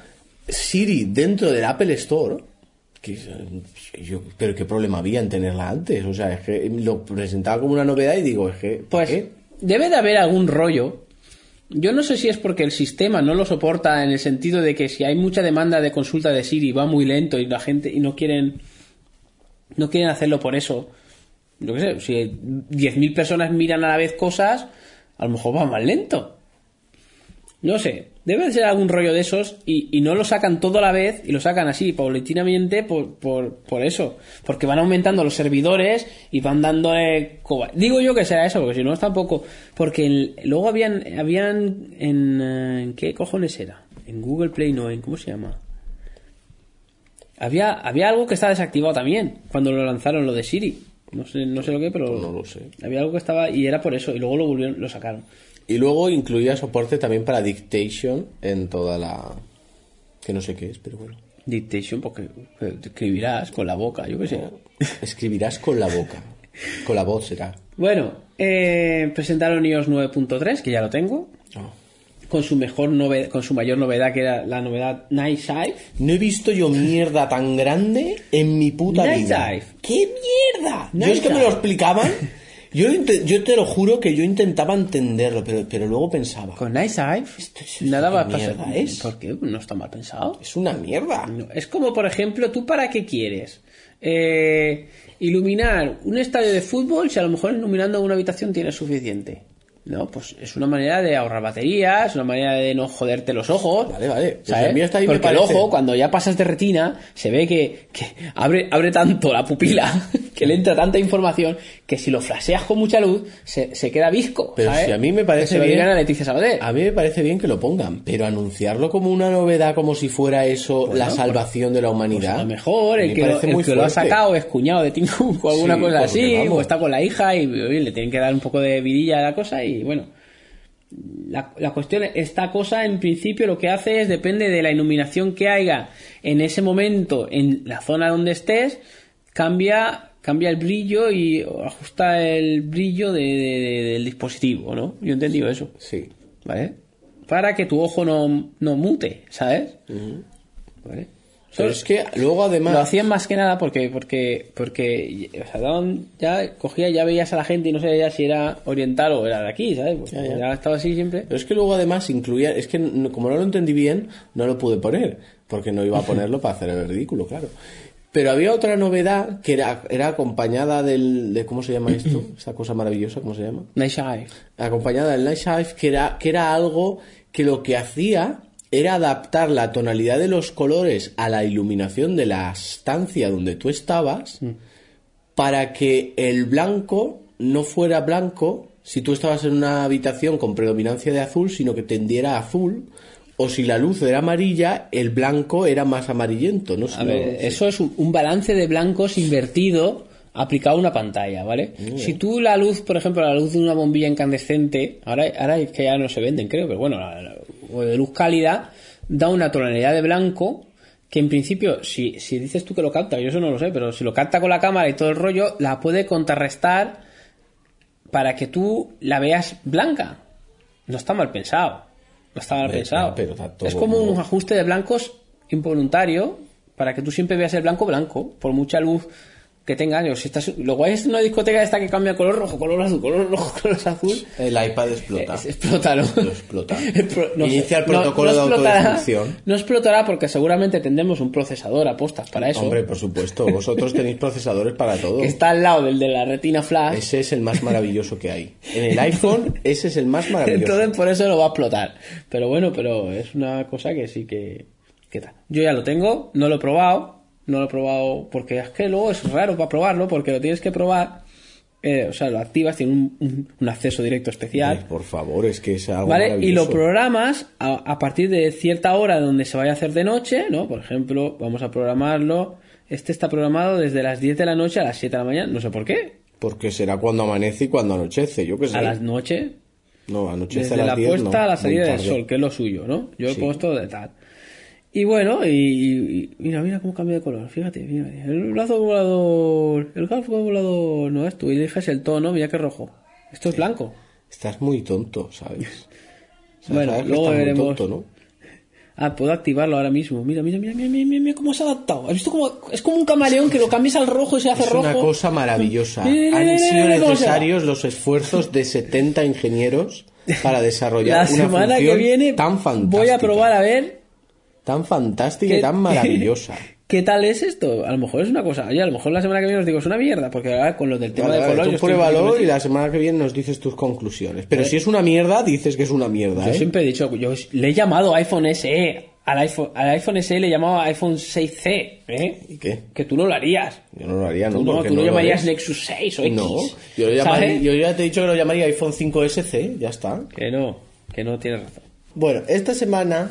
Siri dentro del Apple Store, pero qué problema había en tenerla antes. O sea, es que lo presentaba como una novedad y digo, es que... Pues debe de haber algún rollo. Yo no sé si es porque el sistema no lo soporta, en el sentido de que si hay mucha demanda de consulta de Siri va muy lento y la gente no quieren hacerlo por eso. Yo qué sé, si 10.000 personas miran a la vez cosas, a lo mejor va más lento. No sé, debe de ser algún rollo de esos y no lo sacan todo a la vez y lo sacan así paulatinamente por eso, porque van aumentando los servidores y van dándole digo yo que será eso, porque si no es tampoco, porque luego habían ¿en qué cojones era? En Google Play, no, ¿en cómo se llama? Había algo que estaba desactivado también cuando lo lanzaron, lo de Siri. No sé lo que, pero no lo sé. Había algo que estaba y era por eso, y luego lo sacaron. Y luego incluía soporte también para dictation en toda la... que no sé qué es, pero bueno. Dictation, porque escribirás con la boca, yo qué sé. Escribirás con la boca. Con la voz será. Bueno, presentaron iOS 9.3, que ya lo tengo. Oh. Con su mayor novedad, que era la novedad Night Shift. No he visto yo mierda tan grande en mi puta vida. Night Shift. ¡Qué mierda! Yo es que me lo explicaban... Yo te lo juro que yo intentaba entenderlo, pero luego pensaba... Con Night Shift nada va a pasar. ¿Por qué? No está mal pensado. Es una mierda. No, es como, por ejemplo, ¿tú para qué quieres? Iluminar un estadio de fútbol, si a lo mejor iluminando una habitación tienes suficiente. No, pues es una manera de ahorrar baterías, una manera de no joderte los ojos. Vale. Pues a mí hasta ahí porque el ojo, cuando ya pasas de retina, se ve que abre tanto la pupila, que le entra tanta información, que si lo flasheas con mucha luz, se queda visco. Pero ¿sabes? si a mí me parece bien... a Leticia Sabater. A mí me parece bien que lo pongan, pero anunciarlo como una novedad, como si fuera eso la salvación de la humanidad... Pues a lo mejor el que lo ha sacado es cuñado de Tim Cook o alguna cosa así, o está con la hija y le tienen que dar un poco de vidilla a la cosa y bueno... La cuestión, esta cosa en principio lo que hace es, depende de la iluminación que haya en ese momento en la zona donde estés, cambia el brillo y ajusta el brillo del dispositivo, ¿no? Yo he entendido eso. Sí. ¿Vale? Para que tu ojo no mute, ¿sabes? Uh-huh. ¿Vale? Pero es que luego además... Lo hacían más que nada porque o sea, ya cogía, ya veías a la gente y no sabía si era oriental o era de aquí, ¿sabes? Pues ya estaba así siempre. Pero es que luego además incluía... Es que como no lo entendí bien, no lo pude poner. Porque no iba a ponerlo para hacer el ridículo, claro. Pero había otra novedad que era acompañada de ¿cómo se llama esto? Esta cosa maravillosa, ¿cómo se llama? Night Shift. Acompañada del Night Shift, que era algo que lo que hacía... era adaptar la tonalidad de los colores a la iluminación de la estancia donde tú estabas para que el blanco no fuera blanco si tú estabas en una habitación con predominancia de azul, sino que tendiera a azul, o si la luz era amarilla, el blanco era más amarillento. No sé, eso es un balance de blancos invertido aplicado a una pantalla, ¿vale? Si tú la luz, por ejemplo, la luz de una bombilla incandescente, ahora es que ya no se venden, creo, pero bueno, o de luz cálida, da una tonalidad de blanco que en principio, si dices tú que lo capta, yo eso no lo sé, pero si lo capta con la cámara y todo el rollo, la puede contrarrestar para que tú la veas blanca. No está mal pensado. No está mal pensado. Pero es como un ajuste de blancos involuntario para que tú siempre veas el blanco blanco, por mucha luz que tenga años. Si estás, lo guay es una discoteca esta que cambia color rojo, color azul, color rojo, color azul. El iPad explota. Explota, ¿no? Lo explota. Inicia el protocolo de autodestrucción. No explotará porque seguramente tendremos un procesador a postas para eso. Hombre, por supuesto. Vosotros tenéis procesadores para todo. Que está al lado del de la retina flash. Ese es el más maravilloso que hay. En el iPhone, ese es el más maravilloso. Entonces, por eso lo va a explotar. Pero bueno, es una cosa que sí que... ¿Qué tal? Yo ya lo tengo, no lo he probado. No lo he probado porque es que luego es raro para probarlo porque lo tienes que probar. O sea, lo activas, tiene un acceso directo especial. Ay, por favor, es que es algo ¿vale? maravilloso. Y lo programas a partir de cierta hora donde se vaya a hacer de noche, ¿no? Por ejemplo, vamos a programarlo. Este está programado desde las 10 de la noche a las 7 de la mañana. No sé por qué. Porque será cuando amanece y cuando anochece, yo qué sé. A las noche. No, anochece desde a las 10, la puesta a la salida del tarde. sol, que es lo suyo, ¿no? Yo he puesto de tal. Y bueno, y mira cómo cambia de color, fíjate, mira, el brazo volador, el garfo volador, no es tú, y eliges el tono, mira que rojo, esto es blanco. Estás muy tonto, ¿sabes? Bueno, luego veremos. Tonto, ¿no? Ah, puedo activarlo ahora mismo. Mira cómo se ha adaptado. ¿Has visto cómo es como un camaleón que lo cambias al rojo y se hace rojo? Es una cosa maravillosa. Han sido necesarios los esfuerzos de 70 ingenieros para desarrollar la semana función que viene tan fantástica. voy a probar a ver tan fantástica y tan maravillosa. ¿Qué tal es esto? A lo mejor es una cosa. Oye, a lo mejor la semana que viene os digo es una mierda, porque ahora con lo del tema de color. Tú pruébalo y la semana que viene nos dices tus conclusiones. Pero si es una mierda, dices que es una mierda. Yo siempre he dicho, yo le he llamado iPhone SE. Al iPhone SE le llamaba iPhone 6C. ¿Y qué? Que tú no lo harías. Yo no lo haría, ¿no? Tú lo llamarías Nexus 6 o X. No, yo ya te he dicho que lo llamaría iPhone 5SC, ya está. Que no tienes razón. Bueno, esta semana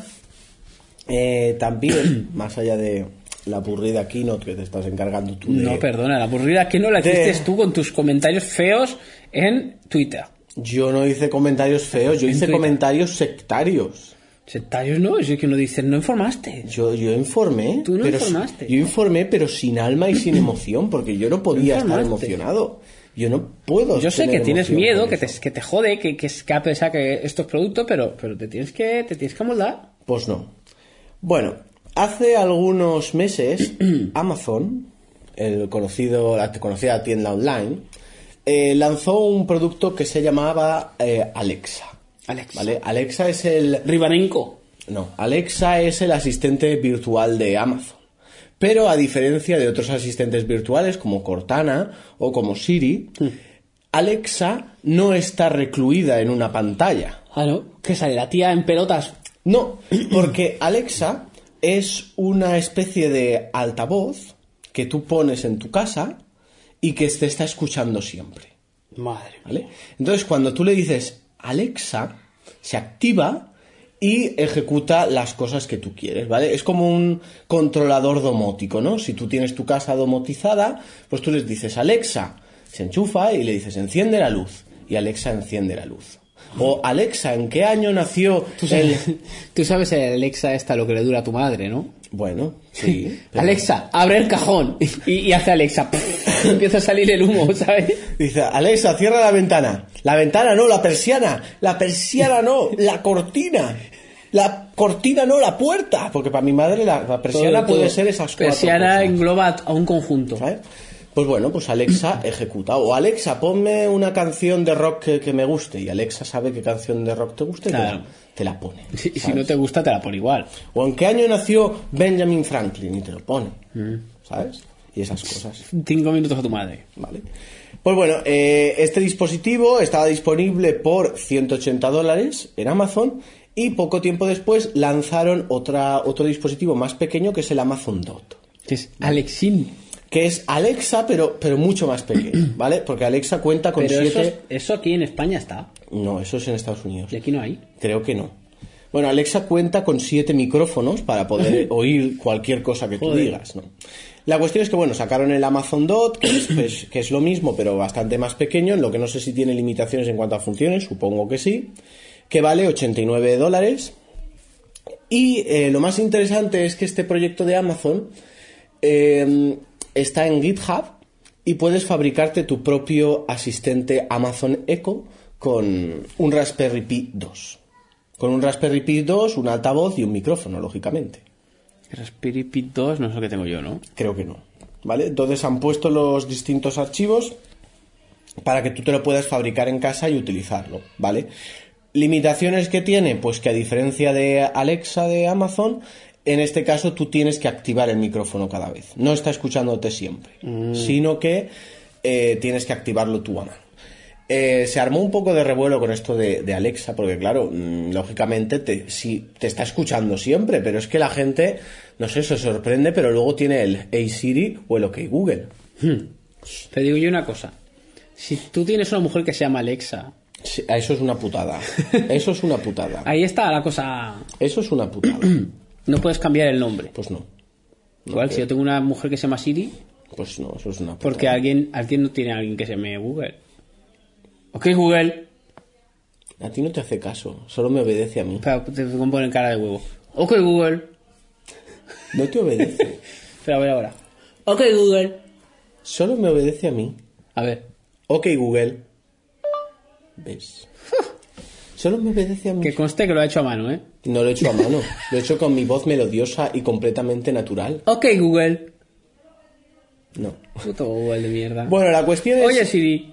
también, más allá de la aburrida keynote que te estás encargando tú de... No, perdona, la aburrida keynote la hiciste tú con tus comentarios feos en Twitter. Yo no hice comentarios feos, yo hice comentarios sectarios. ¿Sectarios no? Es que no dices, no informaste. Yo informé. Tú no informaste. Yo informé, pero sin alma y sin emoción, porque yo no podía estar emocionado. Yo no puedo. Yo sé que tienes miedo, que te jode, que Apple saque estos productos, pero te tienes que amoldar. Pues no. Bueno, hace algunos meses Amazon, la conocida tienda online, lanzó un producto que se llamaba Alexa. ¿Vale? Alexa es el... Ribanenko. No, Alexa es el asistente virtual de Amazon. Pero a diferencia de otros asistentes virtuales como Cortana o como Siri, Alexa no está recluida en una pantalla. Ah, ¿no? ¿Que sale la tía en pelotas? No, porque Alexa es una especie de altavoz que tú pones en tu casa y que te está escuchando siempre. Madre mía. ¿Vale? Entonces, cuando tú le dices Alexa, se activa y ejecuta las cosas que tú quieres, ¿vale? Es como un controlador domótico, ¿no? Si tú tienes tu casa domotizada, pues tú les dices Alexa, se enchufa y le dices enciende la luz y Alexa enciende la luz. O Alexa, ¿en qué año nació Tú sabes Alexa lo que le dura a tu madre, ¿no? Bueno, sí. Pero... Alexa, abre el cajón. Y hace Alexa. Y empieza a salir el humo, ¿sabes? Dice, Alexa, cierra la ventana. La ventana no, la persiana. La persiana no, la cortina. La cortina no, la puerta. Porque para mi madre la persiana puede ser esas cuatro persiana cosas. Engloba a un conjunto. ¿Sabes? Pues bueno, pues Alexa ejecuta. O Alexa, ponme una canción de rock que me guste. Y Alexa sabe qué canción de rock te gusta y claro. te la pone. Y si no te gusta, te la pone igual. O en qué año nació Benjamin Franklin y te lo pone. ¿Sabes? Y esas cosas. 5 minutos a tu madre. Vale. Pues bueno, este dispositivo estaba disponible por $180 en Amazon y poco tiempo después lanzaron otro dispositivo más pequeño que es el Amazon Dot. Que es Alexin. Que es Alexa, pero mucho más pequeño, ¿vale? Porque Alexa cuenta con 7... ¿Eso aquí en España está? No, eso es en Estados Unidos. ¿Y aquí no hay? Creo que no. Bueno, Alexa cuenta con 7 micrófonos para poder oír cualquier cosa que tú digas, ¿no? La cuestión es que, bueno, sacaron el Amazon Dot, que es lo mismo, pero bastante más pequeño, en lo que no sé si tiene limitaciones en cuanto a funciones, supongo que sí, que vale $89. Y lo más interesante es que este proyecto de Amazon... está en GitHub y puedes fabricarte tu propio asistente Amazon Echo con un Raspberry Pi 2. Con un Raspberry Pi 2, un altavoz y un micrófono, lógicamente. Raspberry Pi 2 no es lo que tengo yo, ¿no? Creo que no. ¿Vale? Entonces han puesto los distintos archivos para que tú te lo puedas fabricar en casa y utilizarlo, ¿vale? ¿Limitaciones que tiene? Pues que a diferencia de Alexa de Amazon... En este caso tú tienes que activar el micrófono cada vez. No está escuchándote siempre, sino que tienes que activarlo tú a mano. Se armó un poco de revuelo con esto de Alexa, porque claro, lógicamente te está escuchando siempre, pero es que la gente, no sé, se sorprende, pero luego tiene el Hey Siri o el OK Google. Te digo yo una cosa. Si tú tienes una mujer que se llama Alexa... Sí, eso es una putada. Eso es una putada. Ahí está la cosa... Eso es una putada. No puedes cambiar el nombre. Pues no. Igual, si yo tengo una mujer que se llama Siri... Pues no, eso es una putada. Porque alguien no tiene a alguien que se llame Google. Ok, Google. A ti no te hace caso, solo me obedece a mí. Pero te ponen cara de huevo. Ok, Google. No te obedece. Pero a ver ahora. Ok, Google. Solo me obedece a mí. A ver. Ok, Google. ¿Ves? Solo me obedece a mí. Que conste que lo ha hecho a mano, ¿eh? No lo he hecho a mano. Lo he hecho con mi voz melodiosa y completamente natural. Ok, Google. No. Puto Google de mierda. Bueno, la cuestión es... Oye, Siri.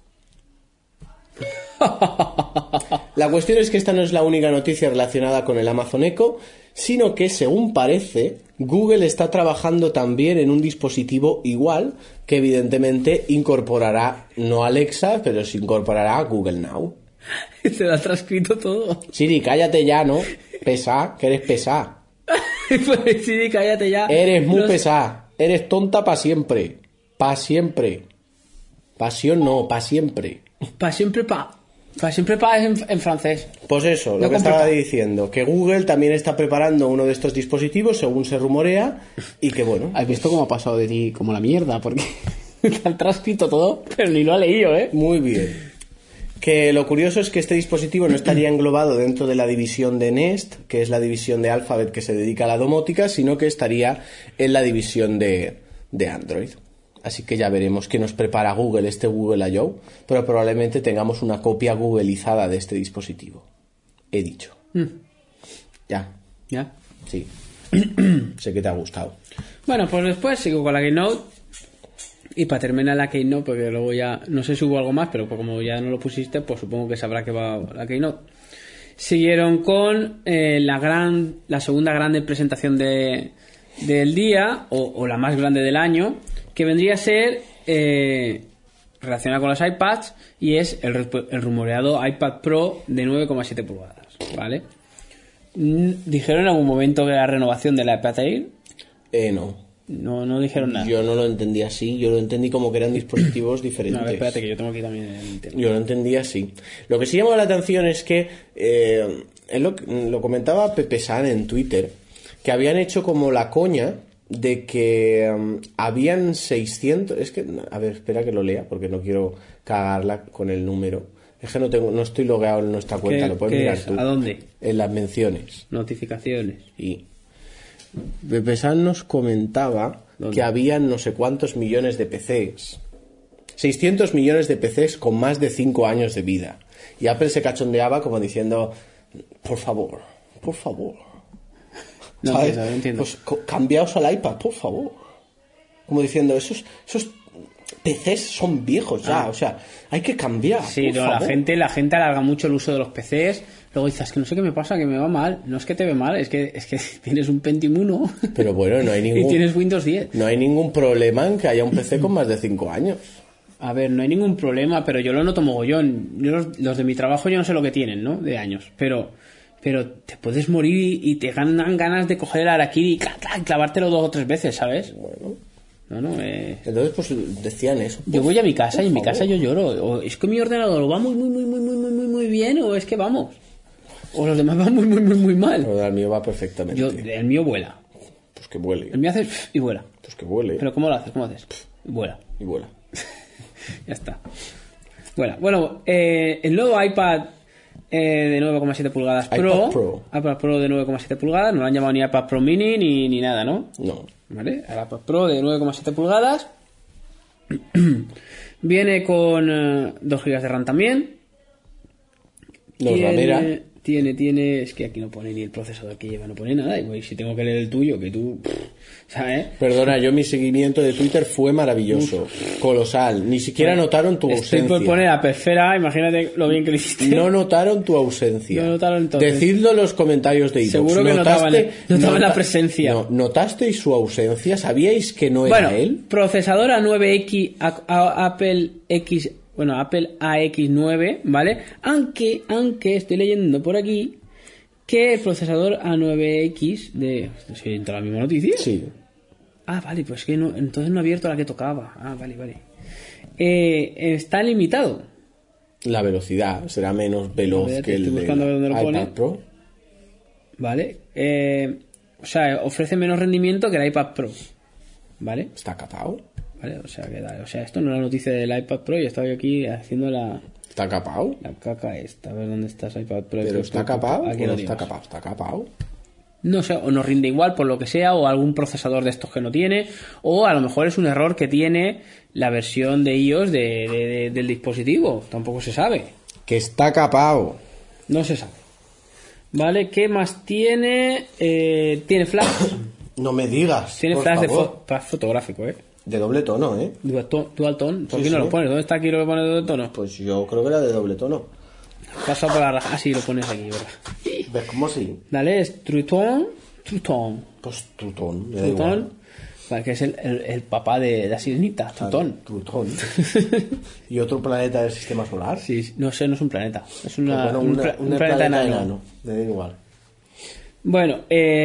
La cuestión es que esta no es la única noticia relacionada con el Amazon Echo, sino que, según parece, Google está trabajando también en un dispositivo igual, que evidentemente incorporará, no Alexa, pero se incorporará a Google Now. Se lo ha transcrito todo. Siri, cállate ya, ¿no? Pesá, que eres pesá. Siri, cállate ya. Eres muy pesá. Eres tonta para siempre. Pa' siempre. Pasión no, pa' siempre. Pa' siempre pa. Pa' siempre pa es en francés. Pues eso, lo que estaba diciendo, que Google también está preparando uno de estos dispositivos, según se rumorea, y que bueno... ¿Has visto cómo ha pasado de ti como la mierda? Porque te han transcrito todo, pero ni lo ha leído, ¿eh? Muy bien. Que lo curioso es que este dispositivo no estaría englobado dentro de la división de Nest, que es la división de Alphabet que se dedica a la domótica, sino que estaría en la división de Android. Así que ya veremos qué nos prepara Google, este Google I.O., pero probablemente tengamos una copia googleizada de este dispositivo. He dicho. Ya. ¿Ya? Sí. Sé que te ha gustado. Bueno, pues después sigo con la Keynote. Y para terminar la Keynote, porque luego ya no sé si hubo algo más, pero como ya no lo pusiste, pues supongo que sabrá que va la Keynote. Siguieron con la segunda grande presentación del día, o la más grande del año, que vendría a ser relacionada con los iPads, y es el rumoreado iPad Pro de 9,7 pulgadas, ¿vale? ¿Dijeron en algún momento que la renovación del iPad Air? No dijeron nada. Yo no lo entendí así, yo lo entendí como que eran dispositivos diferentes. No, espérate, que yo tengo aquí también el internet. Yo lo entendí así. Lo que sí llamó la atención es que, lo comentaba Pepe San en Twitter, que habían hecho como la coña de que habían 600... Es que, a ver, espera que lo lea, porque no quiero cagarla con el número. Es que no estoy logueado en nuestra cuenta, lo puedes mirar tú. ¿A dónde? En las menciones. Notificaciones. Y Pepe San nos comentaba que habían no sé cuántos millones de PCs. 600 millones de PCs con más de 5 años de vida. Y Apple se cachondeaba como diciendo, por favor. No, ¿sabes? no entiendo. Pues cambiaos al iPad, por favor. Como diciendo, esos PCs son viejos ya, o sea, hay que cambiar. Sí, no, la gente alarga mucho el uso de los PCs. Luego dices, que no sé qué me pasa, que me va mal. No es que te ve mal, es que tienes un Pentium 1. Pero bueno, no hay ningún... y tienes Windows 10. No hay ningún problema en que haya un PC con más de 5 años. A ver, no hay ningún problema, pero yo lo noto mogollón. Los de mi trabajo yo no sé lo que tienen, ¿no? De años. Pero te puedes morir y te ganan ganas de coger el Harakiri y clavártelo 2 o 3 veces, ¿sabes? Bueno. No, Entonces, pues decían eso. Yo voy a mi casa y en mi casa yo lloro. O es que mi ordenador va muy bien, o es que vamos. O los demás van muy mal. Pero el mío va perfectamente. El mío vuela. Pues que vuele. El mío hace y vuela. Pues que vuele. ¿Pero cómo lo haces? ¿Cómo haces? Vuela. Y vuela. Ya está. Bueno, el nuevo iPad de 9,7 pulgadas Pro. iPad Pro de 9,7 pulgadas. No lo han llamado ni iPad Pro Mini ni nada, ¿no? No. ¿Vale? El iPad Pro de 9,7 pulgadas. Viene con 2 GB de RAM también. Tiene, es que aquí no pone ni el procesador que lleva, no pone nada. Y si tengo que leer el tuyo, que tú, ¿sabes? Perdona, mi seguimiento de Twitter fue maravilloso, colosal. Ni siquiera notaron tu ausencia. Estoy por poner a perfera, imagínate lo bien que lo hiciste. No notaron tu ausencia. No notaron entonces. Decidlo en los comentarios de iVoox. Seguro que notaban la presencia. No, ¿notasteis su ausencia? ¿Sabíais que no era él? Procesador A9X, Apple X... Bueno, Apple AX9, ¿vale? Aunque estoy leyendo por aquí que el procesador A9X de... ¿Sí entra la misma noticia? Sí. Ah, vale, pues que no, entonces no he abierto la que tocaba. Ah, vale. Está limitado. La velocidad será menos veloz que el iPad Pro. Vale. O sea, ofrece menos rendimiento que el iPad Pro. ¿Vale? Está capado. Vale, o sea, esto no es la noticia del iPad Pro. Yo estaba aquí haciendo ¿Está capado? La caca esta. A ver dónde está ese iPad Pro. ¿Pero está capado? Aquí no está capado. ¿Está capado? No sé, o no rinde igual por lo que sea, o algún procesador de estos que no tiene, o a lo mejor es un error que tiene la versión de iOS del dispositivo. Tampoco se sabe. Que está capado. No se sabe. ¿Vale? ¿Qué más tiene? Tiene flash. No me digas. Tiene por flash favor. flash fotográfico, De doble tono, ¿eh? Dual tone. ¿Por Sí, qué no sí. lo pones? ¿Dónde está aquí lo que pone de doble tono? Pues yo creo que era de doble tono. Pasa por la raja. Ah, sí, lo pones aquí, ¿verdad? ¿Ves cómo sí? Dale, es True Tone. Pues Trutón. me da igual. Trutón. Vale, que es el papá de la sirenita. Trutón. Trutón. ¿Y otro planeta del sistema solar? Sí, no sé, no es un planeta. Es Pues un un planeta enano. Me da igual. Bueno,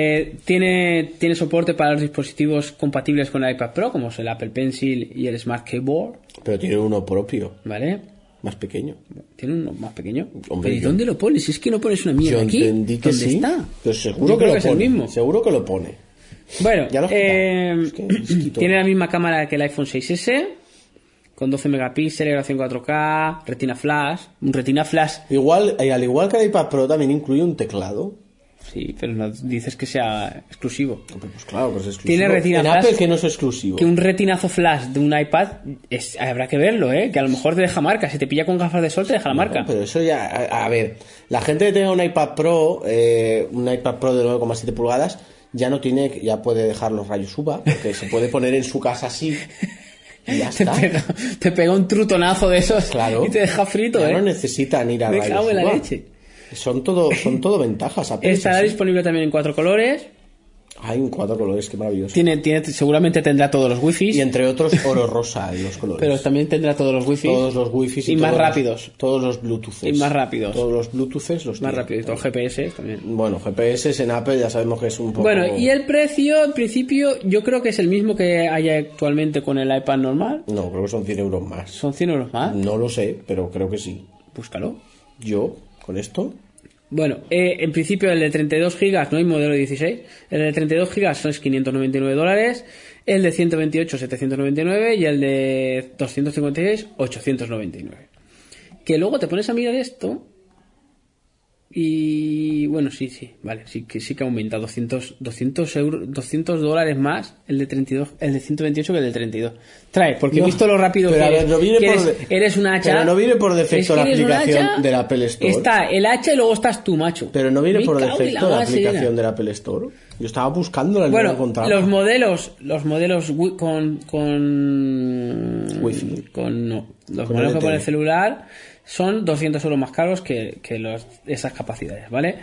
tiene soporte para los dispositivos compatibles con el iPad Pro, como es el Apple Pencil y el Smart Keyboard, Pero tiene uno propio, ¿vale? más pequeño. Tiene uno más pequeño. Hombre, ¿Pero ¿y yo- dónde lo pones? Si es que no pones una mierda Yo aquí. entendí que ¿Dónde sí. está? Pero seguro Yo que creo lo que es el pone. mismo. Seguro que lo pone. Bueno, Ya lo has quitado. Es que es quito. tiene la misma cámara que el iPhone 6S, con 12 megapíxeles, grabación 4K, retina flash. Un retina flash, Igual, al igual que el iPad Pro también incluye un teclado. sí, pero no dices que sea exclusivo. Pues claro, pues es exclusivo. Tiene retina en flash. Apple que no es exclusivo. Que un retinazo flash de un iPad, habrá que verlo, que a lo mejor te deja marca. Si te pilla con gafas de sol, te deja la marca. No, pero eso ya, a ver, la gente que tenga un iPad Pro de 9,7 pulgadas, ya no tiene, ya puede dejar los rayos UVA, porque se puede poner en su casa así y ya Te está. pega un trutonazo de esos Claro. y te deja frito, Ya no necesitan ir a Me rayos cago en la UVA. leche. Son todo ventajas. Apple es Estará así. disponible también en 4 colores. Hay en 4 colores, qué maravilloso. Seguramente tendrá todos los wifis, Y entre otros oro rosa en los colores. pero también tendrá todos los wifis. todos los wifis y más todos los- rápidos. todos los bluetoothes. Y más rápidos. Todos los bluetoothes los Más tiene. rápido, y todos los GPS también. Bueno, GPS en Apple ya sabemos que es un poco... Bueno, y el precio, en principio, yo creo que es el mismo que hay actualmente con el iPad normal. No, creo que son 100 euros más. Son 100 euros más. No lo sé, pero creo que sí. Búscalo. Yo, con esto... Bueno, en principio el de 32 gigas, no hay modelo 16, el de 32 gigas son $599, el de 128 $799 y el de 256 $899. Que luego te pones a mirar esto y bueno, sí, vale, sí que aumenta $200 más el de 32, el de 128 que el de 32. Trae, porque he No, visto lo rápido pero que a ver, eres, no viene que por eres, de- eres un hacha. pero no viene por defecto Es que la eres un aplicación hacha. del Apple Store. Está el hacha y luego estás tú, macho. Pero no viene Me por cago en defecto la madre, aplicación Serena. del Apple Store. Yo estaba buscando la Bueno, no encontraba. los modelos con Wi-Fi. con no, los Con modelos que LTE. pone el celular son 200 euros más caros que esas capacidades, ¿vale?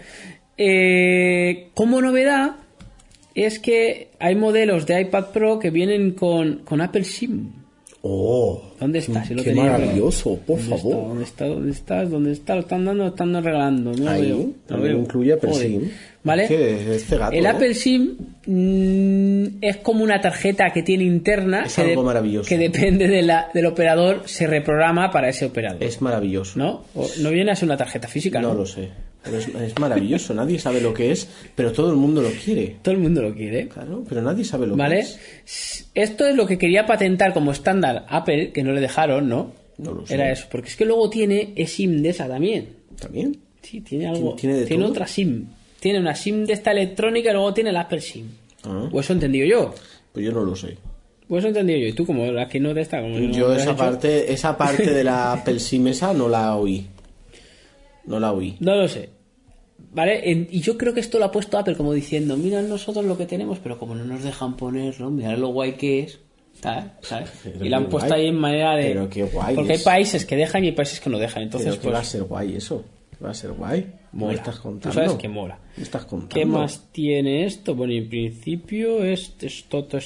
Como novedad es que hay modelos de iPad Pro que vienen con Apple SIM. Oh, ¿Dónde está? Si lo qué tenía, maravilloso, por ¿Dónde favor. está? ¿Dónde está? ¿Dónde está? ¿Dónde está? Lo están dando, lo están regalando. No Ahí, lo veo. No también veo. incluye Apple Joder. SIM. ¿Vale? Es que este gato, el ¿no? Apple SIM es como una tarjeta que tiene interna Es que, algo maravilloso. que depende del operador, se reprograma para ese operador. Es maravilloso. ¿No? No viene a ser una tarjeta física, ¿no? No lo sé. Pero es maravilloso. Nadie sabe lo que es, pero todo el mundo lo quiere. Todo el mundo lo quiere. Claro, pero nadie sabe lo ¿Vale? que es. Esto es lo que quería patentar como estándar Apple, que no le dejaron, ¿no? No lo sé. Era eso. Porque es que luego tiene eSIM de esa también. ¿También? Sí, tiene algo. ¿Tiene de todo? otra SIM. Tiene una SIM de esta electrónica y luego tiene el Apple SIM. Ah, O eso he entendido yo. pues yo no lo sé. O eso he entendido yo. Y tú, como la que no te está. Como no Yo te has esa hecho, parte de la Apple SIM esa no la oí. No la oí. No lo sé. ¿Vale? Y yo creo que esto lo ha puesto Apple como diciendo: mirad nosotros lo que tenemos, pero como no nos dejan ponerlo, mirad lo guay que es. ¿Sabes? Pero Y lo han qué puesto guay. ahí en manera de. Pero qué guay Porque es. hay países que dejan y hay países que no dejan. Entonces, Pero que va a pues. ser guay eso. Va a ser guay. Mola. ¿Me estás Tú contando? sabes que mola. ¿Me estás contando? ¿Qué más tiene esto? Bueno, en principio es todo.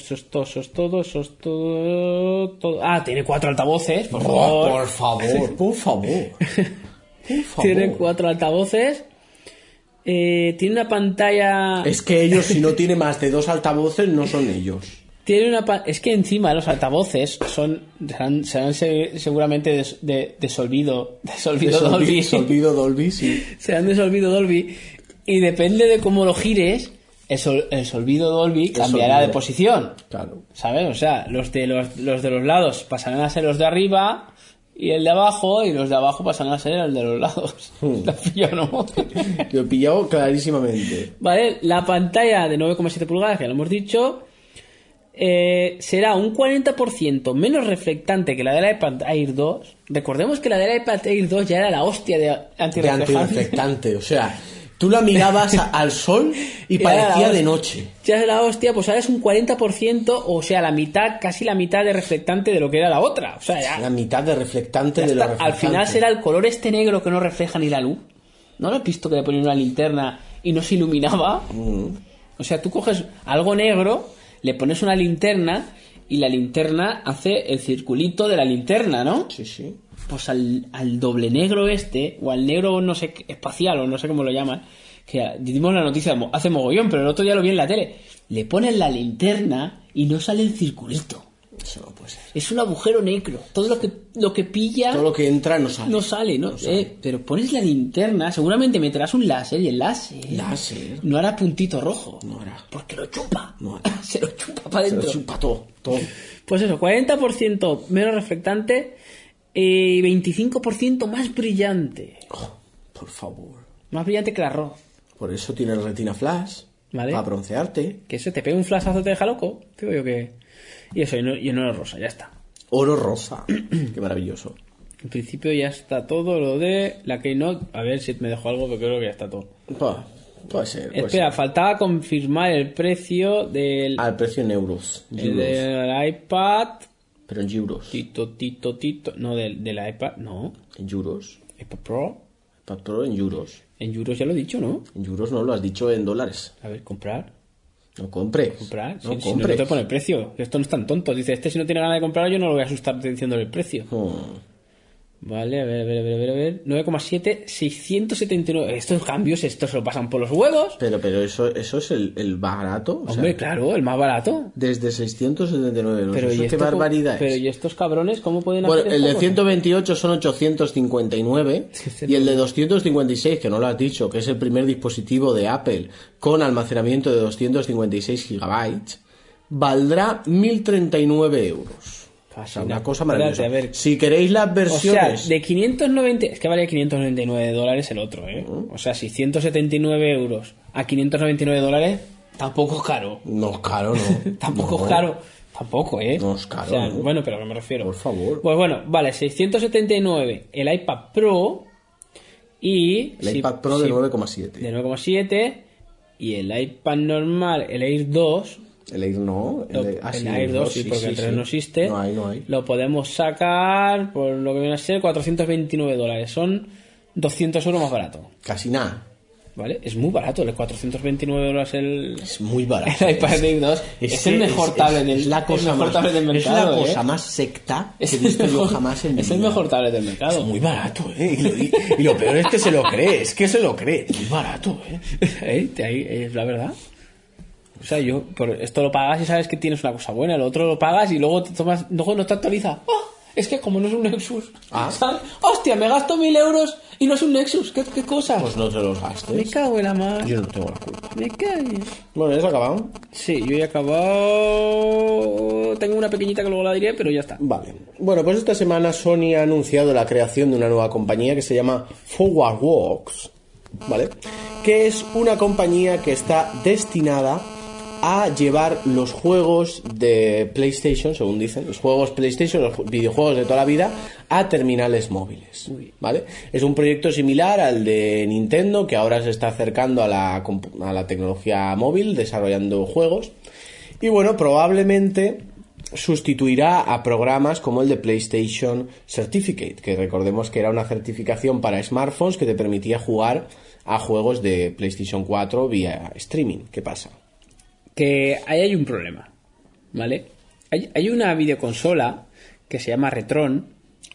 Ah, tiene 4 altavoces, por favor. Por favor, por favor. Por favor. Tiene 4 altavoces. Tiene una pantalla. Es que ellos, si no tiene más de 2 altavoces, no son ellos. Tiene es que encima los altavoces serán seguramente de solvido Dolby. Solvido Dolby, sí. Serán de solvido Dolby. Y depende de cómo lo gires, el solvido Dolby cambiará solvido. de posición. Claro. ¿Sabes? O sea, los de los lados pasarán a ser los de arriba y el de abajo, y los de abajo pasarán a ser el de los lados. ¿Lo has pillado, no? Lo he pillado clarísimamente. Vale, la pantalla de 9,7 pulgadas, que ya lo hemos dicho. será un 40% menos reflectante que la del iPad Air 2. Recordemos que la del iPad Air 2 ya era la hostia de antirreflectante. O sea, tú la mirabas al sol y parecía de noche. Ya es la hostia, pues ahora es un 40%, o sea, la mitad, casi la mitad de reflectante de lo que era la otra. O sea, ya, la mitad de reflectante de lo reflectante. Al final será el color este negro que no refleja ni la luz. ¿No lo has visto que le ponían una linterna y no se iluminaba? O sea, tú coges algo negro, le pones una linterna y la linterna hace el circulito de la linterna, ¿no? Sí, sí. Pues al doble negro este, o al negro, no sé, espacial, o no sé cómo lo llaman, que dimos la noticia hace mogollón, pero el otro día lo vi en la tele, le ponen la linterna y no sale el circulito. Eso no puede ser. Es un agujero negro. Todo lo que pilla... Todo lo que entra no sale. No sale, ¿no? Pero pones la linterna, seguramente meterás un láser y el láser no hará puntito rojo. No hará. Porque lo chupa. No hará. Se lo chupa para adentro. Se lo chupa todo. Pues eso, 40% menos reflectante y 25% más brillante. Oh, por favor. Más brillante que el arroz. Por eso tiene el retina flash. ¿Vale? Para broncearte. Que eso te pega un flashazo, te deja loco. Digo yo que... Y eso, y en oro rosa, ya está. Oro rosa. Qué maravilloso. En principio ya está todo lo de la Keynote. A ver si me dejo algo, pero creo que ya está todo. Puede ser. Espera, faltaba confirmar el precio del... El precio en euros. El del iPad. Pero en euros. Tito. No, del iPad, no. En euros. iPad Pro. iPad Pro en euros. En euros ya lo he dicho, ¿no? En euros no, lo has dicho en dólares. A ver, comprar. No compres. ¿Comprar? No Si no te pone el precio. Esto no es tan tonto. Dice, si no tiene ganas de comprar, yo no lo voy a asustar diciéndole el precio. Vale, a ver. 9,7, 679. Estos cambios, estos se lo pasan por los huevos. Pero eso es el barato. Hombre, sea, claro, el más barato. Desde 679 euros. Pero ¿Eso qué barbaridad pero es? ¿y estos cabrones cómo pueden Bueno, hacer el de cosa? 128 son 859 y el de 256, que no lo has dicho, que es el primer dispositivo de Apple con almacenamiento de 256 gigabytes, valdrá 1.039 euros. O sea, una cosa maravillosa. Espérate, a ver. Si queréis las versiones... O sea, de 590... Es que valía 599 dólares el otro, ¿eh? O sea, si 179 euros a 599 dólares, tampoco es caro. No es caro, no. Tampoco es caro. Tampoco, ¿eh? No es caro, o sea, ¿no? Bueno, pero ¿a qué me refiero? Por favor. Pues bueno, vale, 679 el iPad Pro y... El iPad Pro de 9,7. De 9,7 y el iPad normal, el Air 2... El Air no. El Air 2, sí, porque el 3 no existe. No hay. Lo podemos sacar por lo que viene a ser 429 dólares. Son 200 euros más barato. Casi nada. ¿Vale? Es muy barato. El 429 euros Es muy barato. el iPad Air 2 es el mejor tablet del mercado. Es la cosa más secta que he visto yo jamás en mi vida. Es el mejor tablet del mercado. Es muy barato, ¿eh? Y lo peor es que se lo cree. Es que se lo cree. Muy barato, ¿eh? Es la verdad. O sea, por esto lo pagas y sabes que tienes una cosa buena, lo otro lo pagas y luego luego no te actualiza. ¡Oh! Es que como no es un Nexus. ¿Sabes? ¡Hostia! Me gasto 1.000 euros y no es un Nexus. ¿Qué cosa? Pues no te los gastes. Me cago en la mar. Yo no tengo la culpa. Me cago. Bueno, ¿ya has acabado? Sí, yo ya he acabado. Tengo una pequeñita que luego la diré, pero ya está. Vale. Bueno, pues esta semana Sony ha anunciado la creación de una nueva compañía que se llama ForwardWorks, ¿vale? Que es una compañía que está destinada a llevar los juegos de PlayStation, según dicen, los juegos PlayStation, los videojuegos de toda la vida, a terminales móviles, ¿vale? Es un proyecto similar al de Nintendo, que ahora se está acercando a la tecnología móvil, desarrollando juegos, y bueno, probablemente sustituirá a programas como el de PlayStation Certificate, que recordemos que era una certificación para smartphones que te permitía jugar a juegos de PlayStation 4 vía streaming. ¿Qué pasa? Que ahí hay un problema, ¿vale? Hay una videoconsola que se llama Retron,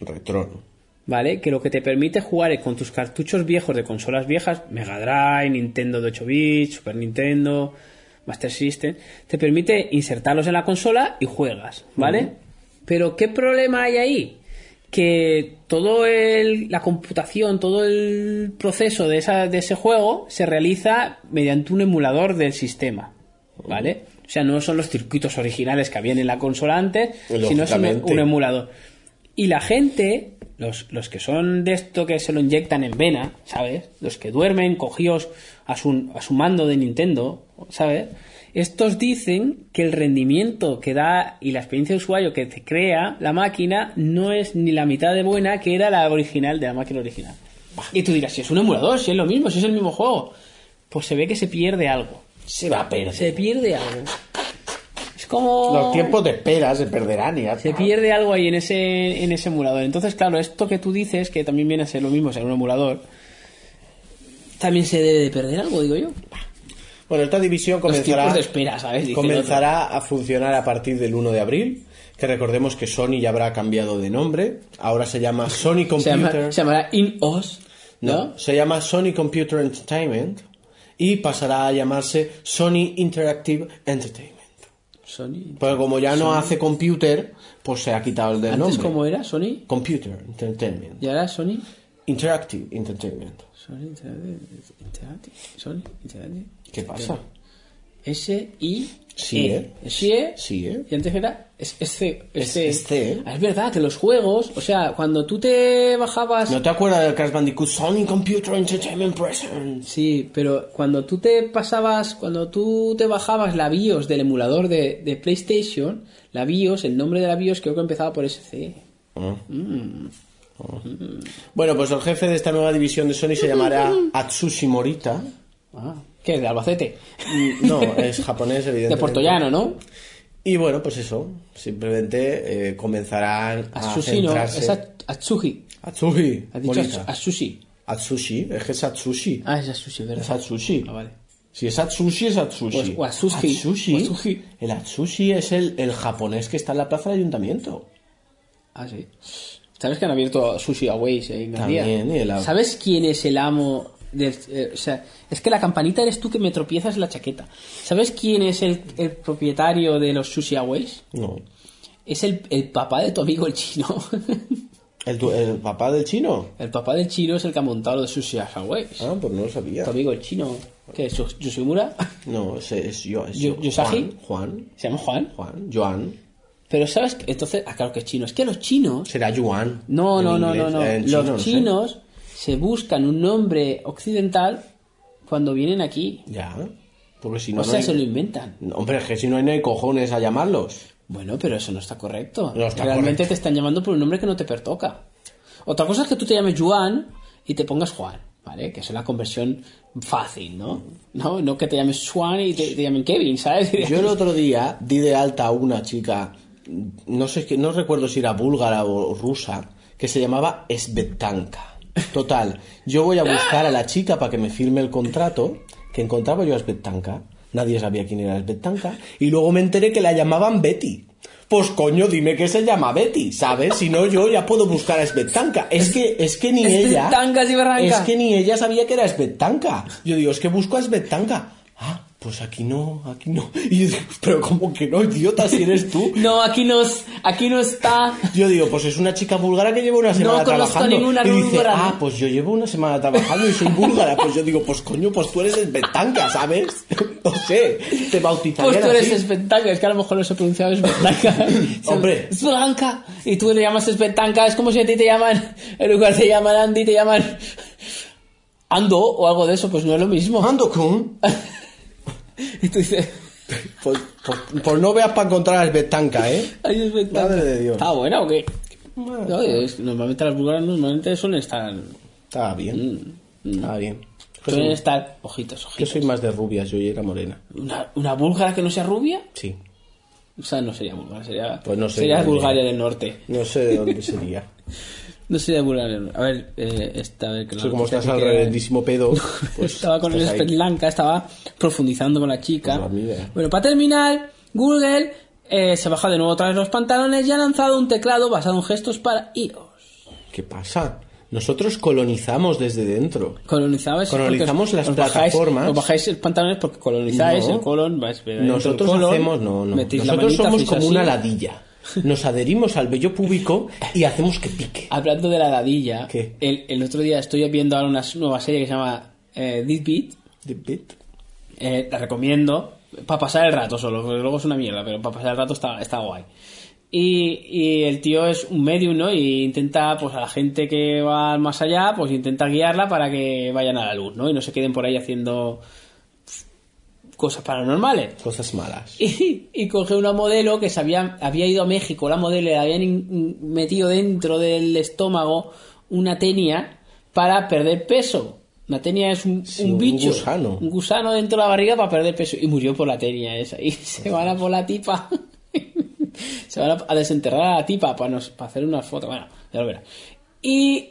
¿vale? Que lo que te permite jugar es con tus cartuchos viejos de consolas viejas, Mega Drive, Nintendo de 8 bits, Super Nintendo, Master System, te permite insertarlos en la consola y juegas, ¿vale? Pero ¿qué problema hay ahí? Que la computación, todo el proceso de ese juego se realiza mediante un emulador del sistema, ¿vale? O sea, no son los circuitos originales que habían en la consola antes, sino es un emulador. Y la gente, los que son de esto que se lo inyectan en vena, ¿sabes? Los que duermen cogidos a su mando de Nintendo, ¿sabes? estos dicen que el rendimiento que da y la experiencia de usuario que te crea la máquina no es ni la mitad de buena que era la original, de la máquina original. Y tú dirás, si es un emulador, si es lo mismo, si es el mismo juego. Pues se ve que se pierde algo. Se va a perder. Se pierde algo. Es como... Los tiempos de espera se perderán y ya se pierde algo ahí en ese emulador. Entonces, claro, esto que tú dices, que también viene a ser lo mismo, ser un emulador, también se debe de perder algo, digo yo. Bueno, esta división comenzará a funcionar a partir del 1 de abril. Que recordemos que Sony ya habrá cambiado de nombre. Ahora se llama Sony Computer. Se llamará INOS, ¿no? No, se llama Sony Computer Entertainment y pasará a llamarse Sony Interactive Entertainment. Pero como ya no hace computer, pues se ha quitado el del nombre. ¿Antes cómo era? ¿Sony? Computer Entertainment. ¿Y ahora Sony? Interactive Entertainment. Sony Interactive. ¿Qué pasa? S-I... Sí, Sí, Sí, Y antes era... Es C. Es verdad que los juegos... O sea, cuando tú te bajabas... ¿No te acuerdas del Crash Bandicoot Sony Computer Entertainment Present? Sí, pero cuando tú te bajabas la BIOS del emulador de PlayStation, la BIOS, el nombre de la BIOS creo que empezaba por SC. Bueno, pues el jefe de esta nueva división de Sony se llamará Atsushi Morita. ¿Qué es? ¿De Albacete? No, es japonés, evidentemente. De Portollano, ¿no? Y bueno, pues eso. Simplemente comenzarán a Atsushi, centrarse... no, es Atsushi. Atsushi. Has dicho Atsushi. Atsushi, es que es Atsushi. Es Atsushi, ¿verdad? Es Atsushi. Vale. Si es Atsushi, es Atsushi. O Atsushi. Atsushi. El Atsushi es el japonés que está en la plaza del ayuntamiento. Sí. ¿Sabes que han abierto Sushi Aways en Gandía? También. ¿Sabes quién es el amo del... o sea, es que la campanita eres tú que me tropiezas la chaqueta. ¿Sabes quién es el propietario de los Sushi Aways? No. Es el papá de tu amigo el chino. ¿El papá del chino? El papá del chino es el que ha montado los Sushi Aways. Pues no lo sabía. Tu amigo el chino. ¿Qué es? ¿Yoshimura? No, es ¿Yosagi? Juan. ¿Se llama Juan? Joan. Pero ¿sabes? Entonces, claro que es chino. Es que los chinos... Será Yuan. No. Los chinos se buscan un nombre occidental cuando vienen aquí. Ya. Porque si no... se lo inventan. No, hombre, es que si no hay cojones a llamarlos. Bueno, pero eso no está correcto. No está Realmente correcto. Te están llamando por un nombre que no te pertoca. Otra cosa es que tú te llames Juan y te pongas Juan, ¿vale? Que es la conversión fácil, ¿no? No que te llames Juan y te llamen Kevin, ¿sabes? Yo el otro día di de alta a una chica, no recuerdo si era búlgara o rusa, que se llamaba Svetanka. Total, yo voy a buscar a la chica para que me firme el contrato, que encontraba yo a Svetanka. Nadie sabía quién era Svetanka. Y luego me enteré que la llamaban Betty. Pues coño, dime que se llama Betty, ¿sabes? Si no, yo ya puedo buscar a Svetanka. Es que ni ella... Es que ni ella sabía que era Svetanka. Yo digo, es que busco a Svetanka. Pues aquí no. Y yo digo, pero ¿cómo que no, idiota, si eres tú? No, aquí no está. Yo digo, pues es una chica búlgara que lleva una semana trabajando. Ninguna y dice, búlgara. pues yo llevo una semana trabajando y soy búlgara. Pues yo digo, pues coño, pues tú eres Svetanka, ¿sabes? No sé, te bautizarían Pues tú eres así. Svetanka, es que a lo mejor no se pronunciaba Svetanka. Hombre. Svetanka. Y tú le llamas Svetanka, es como si a ti te llaman, en lugar de llamar Andy, te llaman Ando o algo de eso, pues no es lo mismo. Ando-kun. Y tú dices... Pues no veas para encontrar a Svetanka, ¿eh? Ay, es Svetanka. Madre de Dios. ¿Está buena o qué? Bueno, No, normalmente las búlgaras suelen estar... Estaba bien. Estaba bien. Suelen estar ojitos. Yo soy más de rubias, yo era morena. ¿Una búlgara que no sea rubia? Sí. O sea, no sería búlgara, sería... Pues no sé sería dónde. Bulgaria del Norte. No sé de dónde sería. No sería Bulgaria del Norte. A ver, a ver... Eso como estás al reverendísimo pedo, pues... estaba con el estás ahí. Svetanka, estaba profundizando con la chica. Pues la mía. Bueno, para terminar, Google se baja de nuevo otra vez los pantalones y ha lanzado un teclado basado en gestos para iOS. ¿Qué pasa? Nosotros colonizamos desde dentro. Colonizamos las plataformas. Os bajáis el pantalones porque colonizáis No. el colon. Nosotros hacemos... No. Nosotros somos como una ladilla. Nos adherimos al vello púbico y hacemos que pique. Hablando de la ladilla, ¿Qué? El otro día estoy viendo ahora una nueva serie que se llama This Beat. The Bit. La recomiendo para pasar el rato solo, porque luego es una mierda, pero para pasar el rato está guay. Y el tío es un medium, ¿no? Y intenta, pues a la gente que va más allá, pues intenta guiarla para que vayan a la luz, ¿no? Y no se queden por ahí haciendo cosas paranormales. Cosas malas. Y coge una modelo que había ido a México, la modelo, le habían metido dentro del estómago una tenia para perder peso. Una tenia es un bicho. Un gusano dentro de la barriga para perder peso. Y murió por la tenia esa. Y se van a por la tipa. Se van a desenterrar a la tipa para hacer unas fotos. Bueno, ya lo verás. Y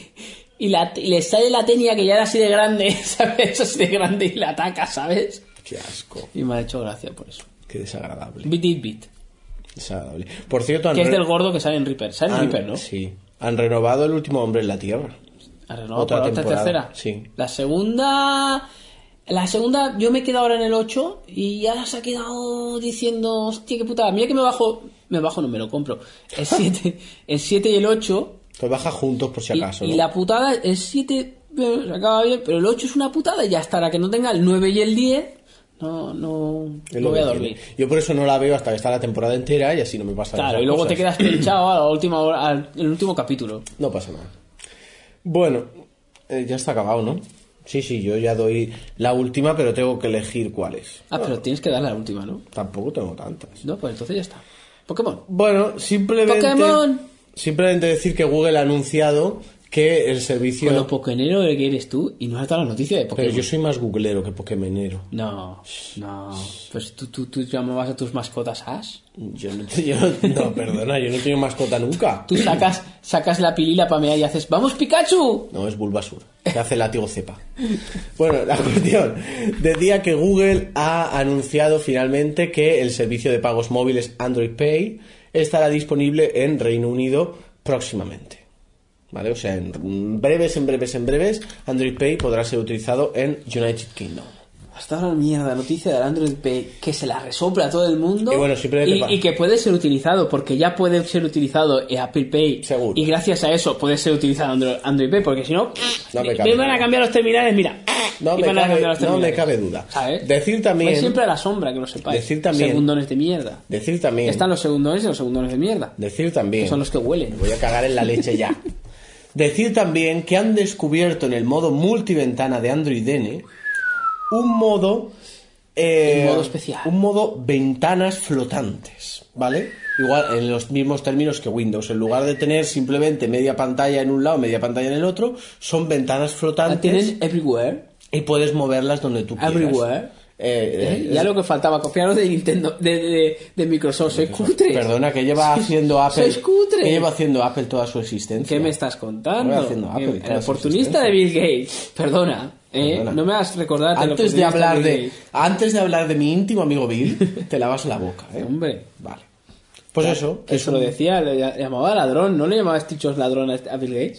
le sale la tenia que ya era así de grande, ¿sabes? Así de grande y la ataca, ¿sabes? Qué asco. Y me ha hecho gracia por eso. Qué desagradable. Beat. Desagradable. Por cierto, que es del gordo que sale en Reaper. Sale en Reaper, ¿no? Sí. Han renovado El último hombre en la Tierra. ¿Han renovado otra tercera? Sí. La segunda, yo me he quedado ahora en el 8 y ya se ha quedado diciendo, hostia, qué putada. Mira que me bajo, no me lo compro. El 7 y el 8. Pues baja juntos por si acaso. Y la putada, el 7 se acaba bien, pero el 8 es una putada y ya estará que no tenga el 9 y el 10. No voy a dormir. Yo por eso no la veo hasta que está la temporada entera y así no me pasa nada. Claro, y luego cosas. Te quedas pinchado a la última hora, el último capítulo. No pasa nada. Bueno, ya está acabado, ¿no? Sí, yo ya doy la última, pero tengo que elegir cuál es. Pero tienes que dar la última, ¿no? Tampoco tengo tantas. No, pues entonces ya está. Pokémon. Bueno, simplemente decir que Google ha anunciado que el servicio... Con lo pokenero que eres tú y no has dado la noticia de Pokémon. Pero yo soy más googlero que pokemenero. No. Pues tú llamabas a tus mascotas Ash. No, perdona, yo no tengo mascota nunca. Tú sacas la pilila para mear y haces ¡vamos, Pikachu! No, es Bulbasur, que hace látigo cepa. Bueno, la cuestión decía que Google ha anunciado finalmente que el servicio de pagos móviles Android Pay estará disponible en Reino Unido próximamente. ¿Vale? O sea, en breves, Android Pay podrá ser utilizado en United Kingdom. Hasta la mierda, noticia del Android Pay que se la resopla a todo el mundo y, bueno, y que puede ser utilizado, porque ya puede ser utilizado en Apple Pay. Seguro. Y gracias a eso puede ser utilizado Android Pay, porque si no, me van a cambiar los terminales, mira. No me cabe duda. ¿Sabes? Decir también... Pues siempre a la sombra, que lo sepáis. Decir también... Segundones de mierda. Decir también... Están los segundones y los segundones de mierda. Decir también... Que son los que huelen. Me voy a cagar en la leche ya. Decir también que han descubierto en el modo multiventana de Android N un modo especial. Un modo ventanas flotantes, ¿vale? Igual en los mismos términos que Windows. En lugar de tener simplemente media pantalla en un lado, media pantalla en el otro, son ventanas flotantes. ¿Tienes everywhere? Y puedes moverlas donde tú quieras. Everywhere. Ya lo que faltaba, copiarlo de Nintendo, de Microsoft. Soy cutre. Perdona, ¿qué lleva haciendo Apple? Soy cutre. ¿Qué lleva haciendo Apple toda su existencia? ¿Qué me estás contando? El oportunista de Bill Gates. Perdona. No me has recordado. Antes de hablar de mi íntimo amigo Bill, te lavas la boca, ¿eh? Hombre. Vale. Pues eso. Eso lo decía, le llamaba ladrón. ¿No le llamaba Steve Jobs ladrón a Bill Gates?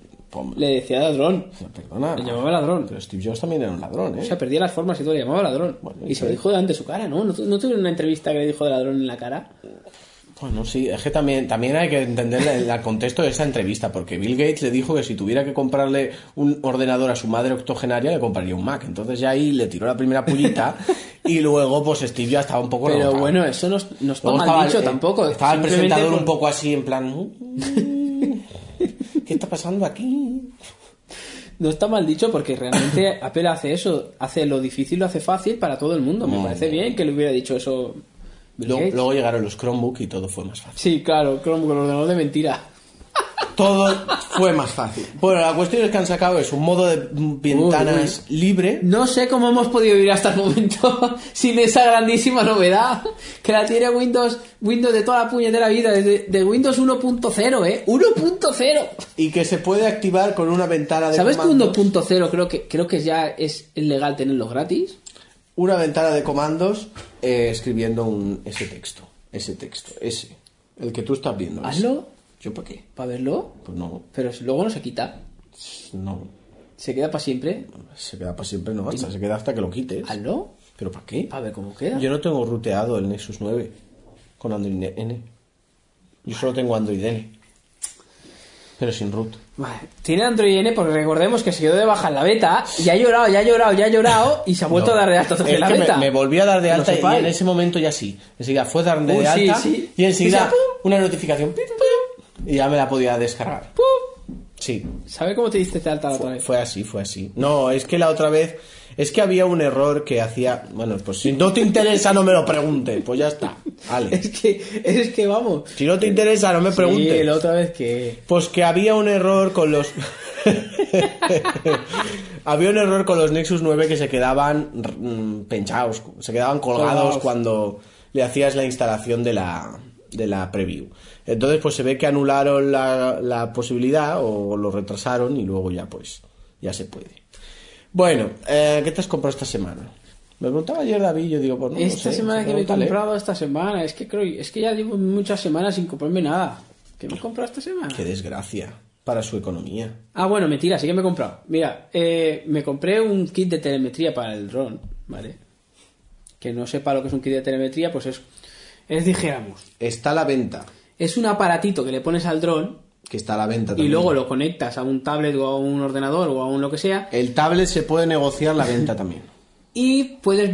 Le decía ladrón. Perdona. Le llamaba ladrón. Pero Steve Jobs también era un ladrón, ¿eh? O sea, perdía las formas y todo, le llamaba ladrón. Bueno, y se lo dijo delante de su cara, ¿no? ¿No tuvieron una entrevista que le dijo de ladrón en la cara? Bueno, sí, es que también hay que entender el contexto de esa entrevista, porque Bill Gates le dijo que si tuviera que comprarle un ordenador a su madre octogenaria, le compraría un Mac. Entonces ya ahí le tiró la primera pullita y luego pues Steve ya estaba un poco... Pero bueno, eso no está mal dicho tampoco. Estaba el presentador un poco así, en plan... ¿Qué está pasando aquí? No está mal dicho porque realmente Apple hace eso, hace lo difícil, lo hace fácil para todo el mundo. Me parece bien que le hubiera dicho eso. Luego llegaron los Chromebook y todo fue más fácil. Sí, claro, Chromebook, el ordenador de mentira. Todo fue más fácil. Bueno, la cuestión es que han sacado es un modo de ventanas libre. No sé cómo hemos podido vivir hasta el momento sin esa grandísima novedad que la tiene Windows de toda la puñetera vida, de Windows 1.0, ¿eh? 1.0. Y que se puede activar con una ventana de ¿Sabes comandos? que 1.0 creo que ya es legal tenerlos gratis? Una ventana de comandos escribiendo ese texto, el que tú estás viendo. Hazlo. ¿Yo para qué? ¿Para verlo? Pues no. Pero luego no se quita. No. ¿Se queda para siempre? Se queda para siempre, no. Se queda hasta que lo quites. ¿Hazlo? ¿Pero para qué? A ver cómo queda. Yo no tengo ruteado el Nexus 9 con Android N. Yo solo tengo Android N. Pero sin root. Vale. Tiene Android N porque recordemos que se quedó de baja en la beta y ha llorado y se ha vuelto a dar de alta en la beta. Me volví a dar de alta y en ese momento ya sí. Enseguida fue darme de alta y enseguida una notificación. Y ya me la podía descargar. ¡Pum! Sí. ¿Sabe cómo te diste de alta la otra vez? Fue así. No, es que la otra vez Es que había un error que hacía... Bueno, pues si no te interesa no me lo preguntes, pues ya está. Vale. Es que vamos. Si no te interesa no me preguntes. Sí, la otra vez que... Pues que había un error con los... había un error con los Nexus 9 que se quedaban pinchados, se quedaban colgados cuando le hacías la instalación de la preview. Entonces pues se ve que anularon la posibilidad o lo retrasaron y luego ya pues ya se puede. Bueno, ¿qué te has comprado esta semana? Me preguntaba ayer David, yo digo, pues no esta sé, semana que me he comprado esta semana, es que ya llevo muchas semanas sin comprarme nada. ¿Qué me he comprado esta semana? Qué desgracia para su economía. Ah, bueno, mentira, sí que me he comprado. Mira, me compré un kit de telemetría para el dron, ¿vale? Que no sepa lo que es un kit de telemetría, pues es dijéramos. Está a la venta. Es un aparatito que le pones al dron. Que está a la venta también. Y luego lo conectas a un tablet o a un ordenador o a un lo que sea. El tablet se puede negociar la venta también. Y puedes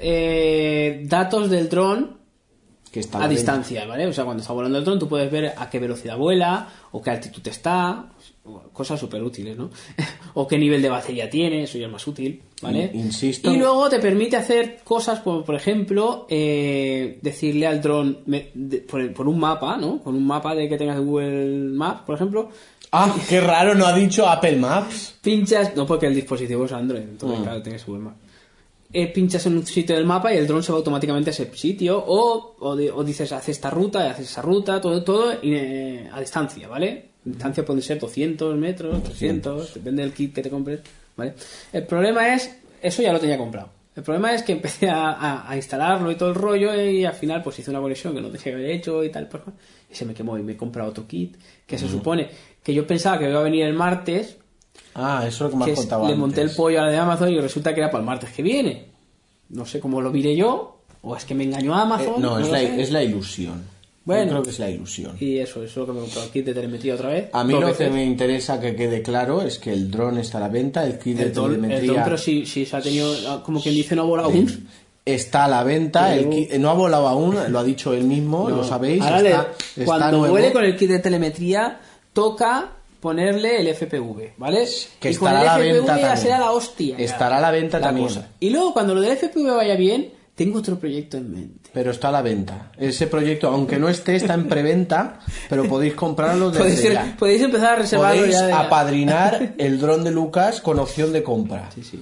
ver datos del dron que está a distancia, ¿vale? O sea, cuando está volando el dron tú puedes ver a qué velocidad vuela o qué altitud está, cosas súper útiles, ¿no? O qué nivel de batería tiene, eso ya es más útil, ¿vale? Insisto. Y luego te permite hacer cosas como, por ejemplo, decirle al dron por un mapa, ¿no? Con un mapa de que tengas de Google Maps, por ejemplo. Ah, qué raro, no ha dicho Apple Maps. Pinchas, no, porque el dispositivo es Android, entonces claro, tienes Google Maps. Pinchas en un sitio del mapa y el dron se va automáticamente a ese sitio o dices hace esta ruta y haces esa ruta, todo a distancia, ¿vale? Distancia puede ser 200 metros, 300, depende del kit que te compres, ¿vale? El problema es, eso ya lo tenía comprado, el problema es que empecé a instalarlo y todo el rollo y al final pues hice una conexión que no tenía que haber hecho y tal, pues, y se me quemó y me he comprado otro kit que se supone que yo pensaba que iba a venir el martes. Ah, eso es lo que me has contado antes. Le monté el pollo a la de Amazon y resulta que era para el martes que viene. No sé cómo lo miré yo, o es que me engañó Amazon. No, es la ilusión. Bueno, yo creo que es la ilusión. Y eso es lo que me he comprado, el kit de telemetría otra vez. A mí lo que me interesa que quede claro es que el dron está a la venta, el kit de telemetría... El dron, pero si se ha tenido, como quien dice, no ha volado aún. Está a la venta, pero... el kit, no ha volado aún, lo ha dicho él mismo, lo sabéis. Ahora cuando vuele con el kit de telemetría, toca ponerle el FPV, ¿vale? Que y estará con el a la FPV venta ya también. será la hostia. Estará a la venta también. Cosa. Y luego cuando lo del FPV vaya bien, tengo otro proyecto en mente. Pero está a la venta. Ese proyecto, aunque no esté, está en preventa, pero podéis comprarlo desde ya. Podéis empezar a reservarlo. Podéis ya apadrinar el dron de Lucas con opción de compra. Sí.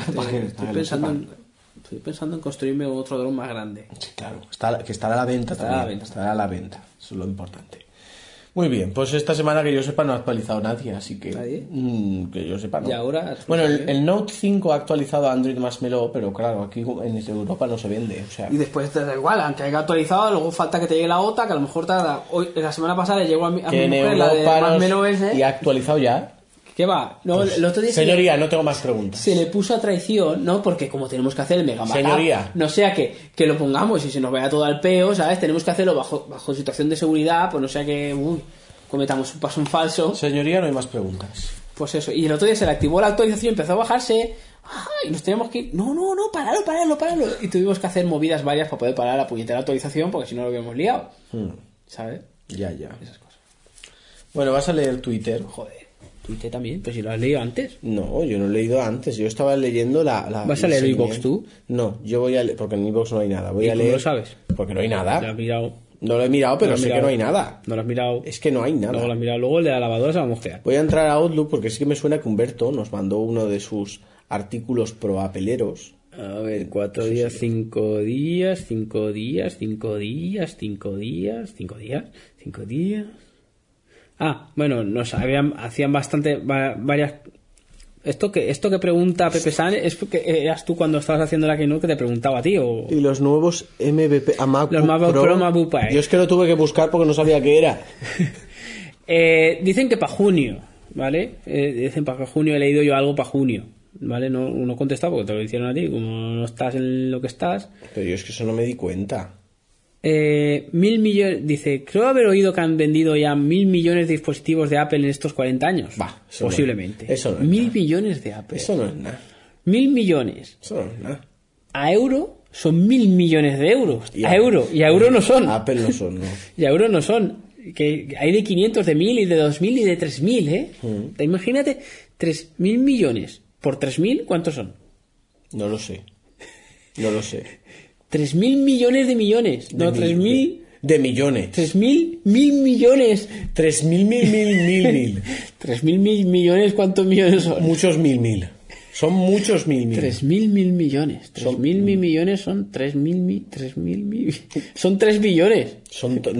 Estoy pensando en construirme otro dron más grande. Sí, claro. Que estará a la venta también. Estará a la venta. Eso es lo importante. Muy bien, pues esta semana que yo sepa no ha actualizado nadie, así que... ¿Nadie? Que yo sepa no. ¿Y ahora? Bueno, el Note 5 ha actualizado a Android Marshmallow, pero claro, aquí en Europa no se vende, o sea... Y después te da igual, aunque haya actualizado, luego falta que te llegue la OTA, que a lo mejor tarda... Hoy, la semana pasada le llegó a mi mujer la de Marshmallow ese... ¿Y ha actualizado ya? ¿Qué va? No, pues, el otro día señoría, no tengo más preguntas. Se le puso a traición, ¿no? Porque como tenemos que hacer el mega backup, señoría, no sea que lo pongamos y se nos vaya todo al peo, ¿sabes? Tenemos que hacerlo bajo situación de seguridad, pues no sea que cometamos un paso en falso. Señoría, no hay más preguntas. Pues eso. Y el otro día se le activó la actualización, empezó a bajarse. Y nos teníamos que ir. No, páralo. Y tuvimos que hacer movidas varias para poder parar la puñetera actualización, porque si no lo hubiéramos liado. ¿Sabes? Ya. Esas cosas. Bueno, vas a leer Twitter. Joder. Twitter también, pues si lo has leído antes. No, yo no he leído antes. Yo estaba leyendo la ¿Vas a leer iVoox tú? No, yo voy a leer, porque en iVoox no hay nada. Voy ¿Y a leer. cómo lo sabes? Porque no hay nada. ¿Lo has mirado? No lo he mirado, pero sé que no hay nada. No lo has mirado. Es que no hay nada. Luego lo has mirado. Luego el de la lavadora se va a mosquear. Voy a entrar a Outlook porque sí que me suena que Humberto nos mandó uno de sus artículos pro-apeleros. A ver, 4 días, 5 días, 5 días, 5 días, 5 días, 5 días, 5 días. Ah, bueno, hacían bastante, varias... Esto que pregunta Pepe San es porque eras tú cuando estabas haciendo la keynote que te preguntaba a ti o... Y los nuevos MacBook los MacBook Pro MacBook Pro. Yo es que lo tuve que buscar porque no sabía qué era. Dicen que para junio, ¿vale? Dicen para junio, he leído yo algo para junio, ¿vale? No he contestado porque te lo hicieron a ti, como no estás en lo que estás. Pero yo es que eso no me di cuenta. 1.000 millones, dice, creo haber oído que han vendido ya 1.000 millones de dispositivos de Apple en estos 40 años. Posiblemente. Eso no es 1.000 millones de Apple. Eso no es nada. 1.000 millones. Eso no es nada. A euro son 1.000 millones de euros. Y a euro no son. Apple no son, no. Y a euro no son. Que hay de 500, de 1.000 y de 2.000 y de 3.000, ¿eh? Imagínate, 3.000 millones por 3.000, ¿cuántos son? No lo sé. 3.000 millones de millones. No, 3.000... De millones. 3.000 millones. 3.000 mil. 3.000 millones, ¿cuántos millones son? Muchos mil. Son muchos mil. 3.000 millones. 3.000 millones son 3.000 son 3 billones. Son 3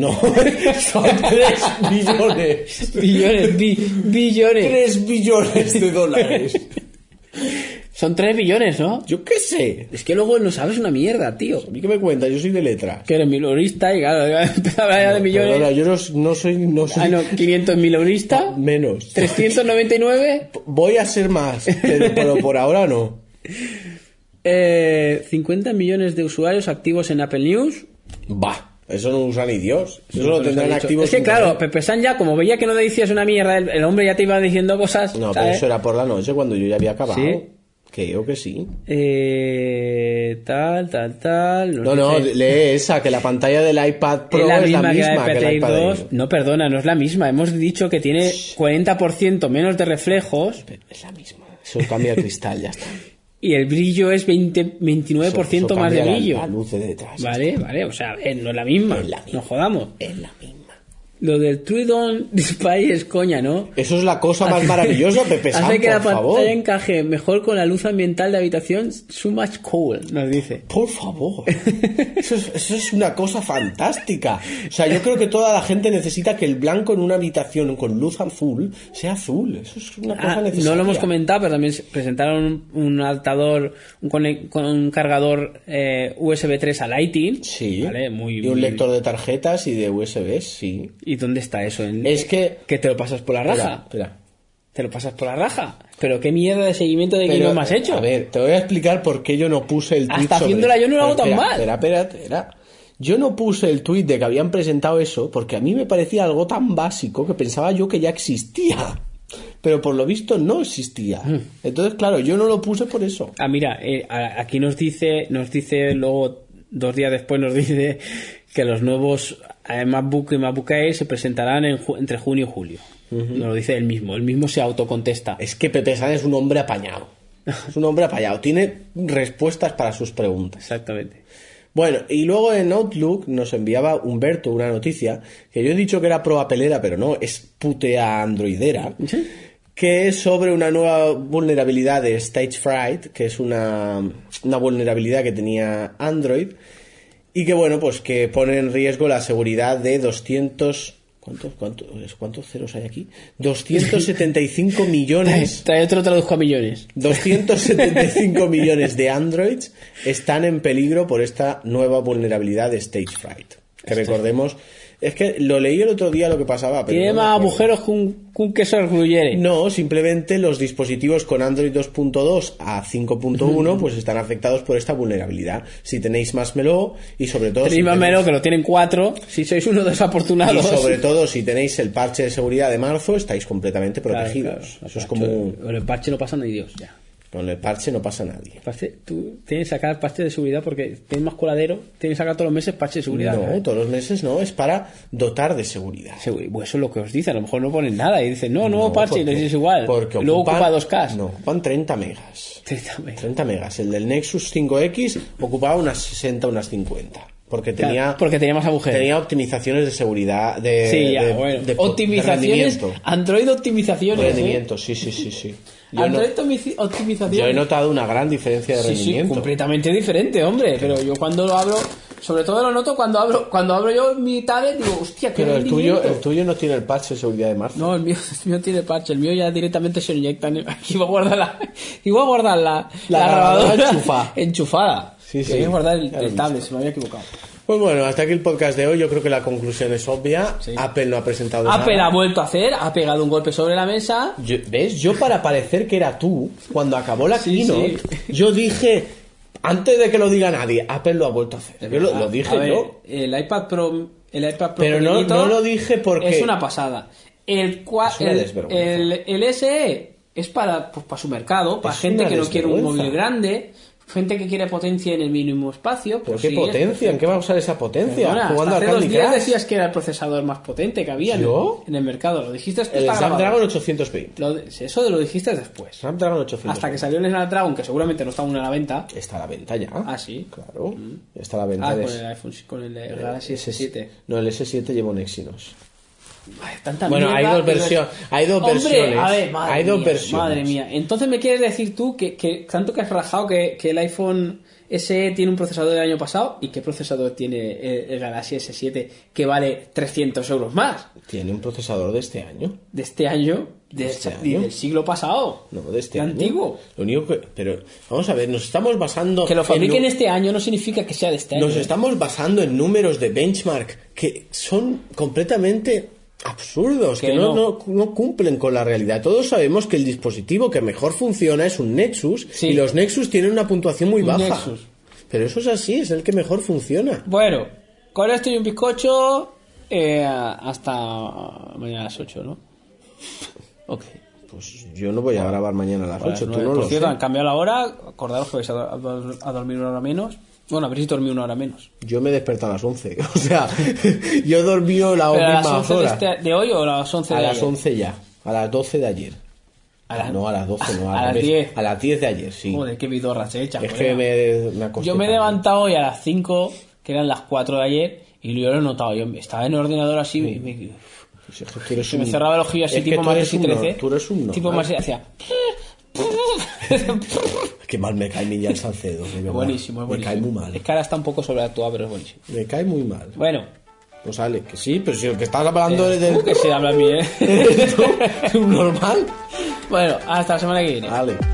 billones. Billones. 3 billones de dólares. Son 3 billones, ¿no? Yo qué sé. Es que luego no sabes una mierda, tío. ¿A mí qué me cuentas? Yo soy de letras. Que eres milonista y claro, empezaba ya de millones. Perdona, yo no soy... Ah, no, 500 milonista. Menos. 399. Voy a ser más, pero por ahora no. 50 millones de usuarios activos en Apple News. Bah. Eso no usa ni Dios. Eso lo tendrán activos. Es que claro, Pepe San ya, como veía que no decías una mierda, el hombre ya te iba diciendo cosas. No, ¿sabes? pero eso era por la noche cuando yo ya había acabado. ¿Sí? Creo que sí. Tal. No, lee esa, que la pantalla del iPad Pro es la misma que el iPad 2. No, perdona, no es la misma. Hemos dicho que tiene 40% menos de reflejos. Es la misma. Eso cambia el cristal, ya está. Y el brillo es 29% eso más de brillo. La luz de detrás. Vale. O sea, no es la misma. No jodamos. Es la misma. Lo del True Dawn Display es coña, ¿no? Eso es la cosa más maravillosa, Pepe San, hace que la pantalla favor. encaje mejor con la luz ambiental de habitación. So much cool, nos dice. Por favor. Eso es una cosa fantástica. O sea, yo creo que toda la gente necesita que el blanco en una habitación con luz azul sea azul. Eso es una cosa necesaria. No lo hemos comentado, pero también presentaron un adaptador, con un cargador USB 3 a Lightning. Sí. ¿Vale? Y un lector de tarjetas y de USB, sí. ¿Y dónde está eso? Es que te lo pasas por la raja. Espera. Te lo pasas por la raja. Pero qué mierda de seguimiento de guión me has hecho. A ver, te voy a explicar por qué yo no puse el tweet. Hasta haciéndola yo no lo hago tan mal. Espera. Yo no puse el tweet de que habían presentado eso porque a mí me parecía algo tan básico que pensaba yo que ya existía. Pero por lo visto no existía. Entonces, claro, yo no lo puse por eso. Mira, aquí nos dice luego 2 días después nos dice que los nuevos MacBook y MacBook Air se presentarán entre junio y julio. Nos lo dice él mismo se autocontesta. Es que Pepe San es un hombre apañado. Tiene respuestas para sus preguntas. Exactamente. Bueno, y luego en Outlook nos enviaba Humberto una noticia que yo he dicho que era pro apelera, pero no, es putea androidera. ¿Sí? Que es sobre una nueva vulnerabilidad de Stage Fright, que es una vulnerabilidad que tenía Android y que bueno, pues que pone en riesgo la seguridad de 200... ¿Cuántos ceros hay aquí? 275 millones. Trae otro traduzco a millones. 275 millones de Androids están en peligro por esta nueva vulnerabilidad de Stage Fright. Que recordemos, es que lo leí el otro día lo que pasaba. Pero tiene más agujeros que un queso gruyere. No, simplemente los dispositivos con Android 2.2 a 5.1 pues están afectados por esta vulnerabilidad. Si tenéis Marshmallow y sobre todo... Tenéis Marshmallow, que lo tienen 4, si sois uno desafortunados. Y sobre todo si tenéis el parche de seguridad de marzo, estáis completamente protegidos. Claro. Eso es como... Con el parche no pasa ni Dios, ya. Con el parche no pasa nadie. Tú tienes que sacar parche de seguridad porque tienes más coladero. Tienes que sacar todos los meses parche de seguridad. No, todos los meses no, es para dotar de seguridad. Pues eso es lo que os dice. A lo mejor no ponen nada y dicen, no parche, y les es igual. Porque luego ocupa 2K. No, ocupan 30 megas. 30 megas. El del Nexus 5X ocupaba unas 60, unas 50. Porque tenía más agujeros. Tenía optimizaciones de seguridad. Optimizaciones. Android optimizaciones. Rendimiento, sí. Optimizaciones. Yo he notado una gran diferencia de rendimiento. Sí, completamente diferente, hombre. Pero yo cuando lo abro, sobre todo lo noto cuando abro yo mi tablet, digo, hostia, qué rendimiento. Pero el tuyo no tiene el parche de seguridad de marzo. No, el mío tiene parche. El mío ya directamente se inyecta. Aquí voy a guardar la grabadora enchufada. Sí. Voy a guardar el tablet, se me había equivocado. Pues bueno, hasta aquí el podcast de hoy. Yo creo que la conclusión es obvia. Sí. Apple no ha presentado nada. Apple ha vuelto a hacer, ha pegado un golpe sobre la mesa. ¿Ves? Yo para parecer que era tú, cuando acabó la keynote, yo dije, antes de que lo diga nadie, Apple lo ha vuelto a hacer. Yo lo dije, ¿no? El iPad Pro pero no lo dije porque... Es una pasada. El SE es para su mercado, para gente que no quiere un móvil grande. gente que quiere potencia en el mínimo espacio. ¿Pero pues qué sí, potencia? ¿En qué va a usar esa potencia? Perdona, Jugando hace al 2 Candy días Crush. decías que era el procesador más potente que había en el mercado. Lo dijiste después. El Snapdragon 820. Eso lo dijiste después. Snapdragon 820. Hasta que salió el Snapdragon, que seguramente no está aún a la venta. Está a la venta ya. Ah, sí. Claro. Está a la venta. Con el iPhone, con el Galaxy S7. No, el S7 lleva un Exynos. Ay, tanta Bueno, mierda, hay dos versiones. Hay dos Hombre, versiones. a ver, hay dos versiones. Madre mía. Entonces me quieres decir tú que tanto que has rajado que el iPhone SE tiene un procesador del año pasado, ¿y qué procesador tiene el Galaxy S7 que vale 300 euros más? Tiene un procesador de este año. ¿De este año? ¿Y del siglo pasado? No, de este ¿De año. antiguo? Lo único que... Pero, vamos a ver, nos estamos basando... Que lo fabriquen este año no significa que sea de este año. Nos estamos basando en números de benchmark que son completamente absurdos, que no cumplen con la realidad. Todos sabemos que el dispositivo que mejor funciona es un Nexus, sí. Y los Nexus tienen una puntuación muy baja. Nexus. Pero eso es así, es el que mejor funciona. Bueno, con esto y un bizcocho, hasta mañana a las 8, ¿no? Ok. Pues yo no voy a grabar mañana a las 8, tú no Por lo cierto, sé. han cambiado la hora. Acordaros que vais a dormir una hora menos. Bueno, habréis dormido una hora menos. Yo me he despertado a las 11. O sea, yo he dormido la ¿Pero a las misma 11 hora. de hoy o a las 11 A de las ayer? 11 ya. A las 12 de ayer. No, a las 12 no. A las 10. A las 10 de ayer, sí. Joder, qué vidorra se echa. Es que me acosté Yo me he tarde. levantado hoy a las 5, que eran las 4 de ayer, y yo lo he notado. Yo estaba en el ordenador así, Pues es que tú eres se me un- cerraba el ojillo así, es que tipo tú más eres de un 13. Tú eres un tipo normal. más hacía. Qué mal me cae Millán Salcedo. de verdad. Buenísimo, es buenísimo. Me cae muy mal. Es que ahora está un poco sobreactuado, pero es buenísimo. Me cae muy mal. Bueno, Pues Ale, que sí, pero si lo que estás hablando es del... que se habla bien, ¿eh? ¿Eres tú un normal? Bueno, hasta la semana que viene. Ale.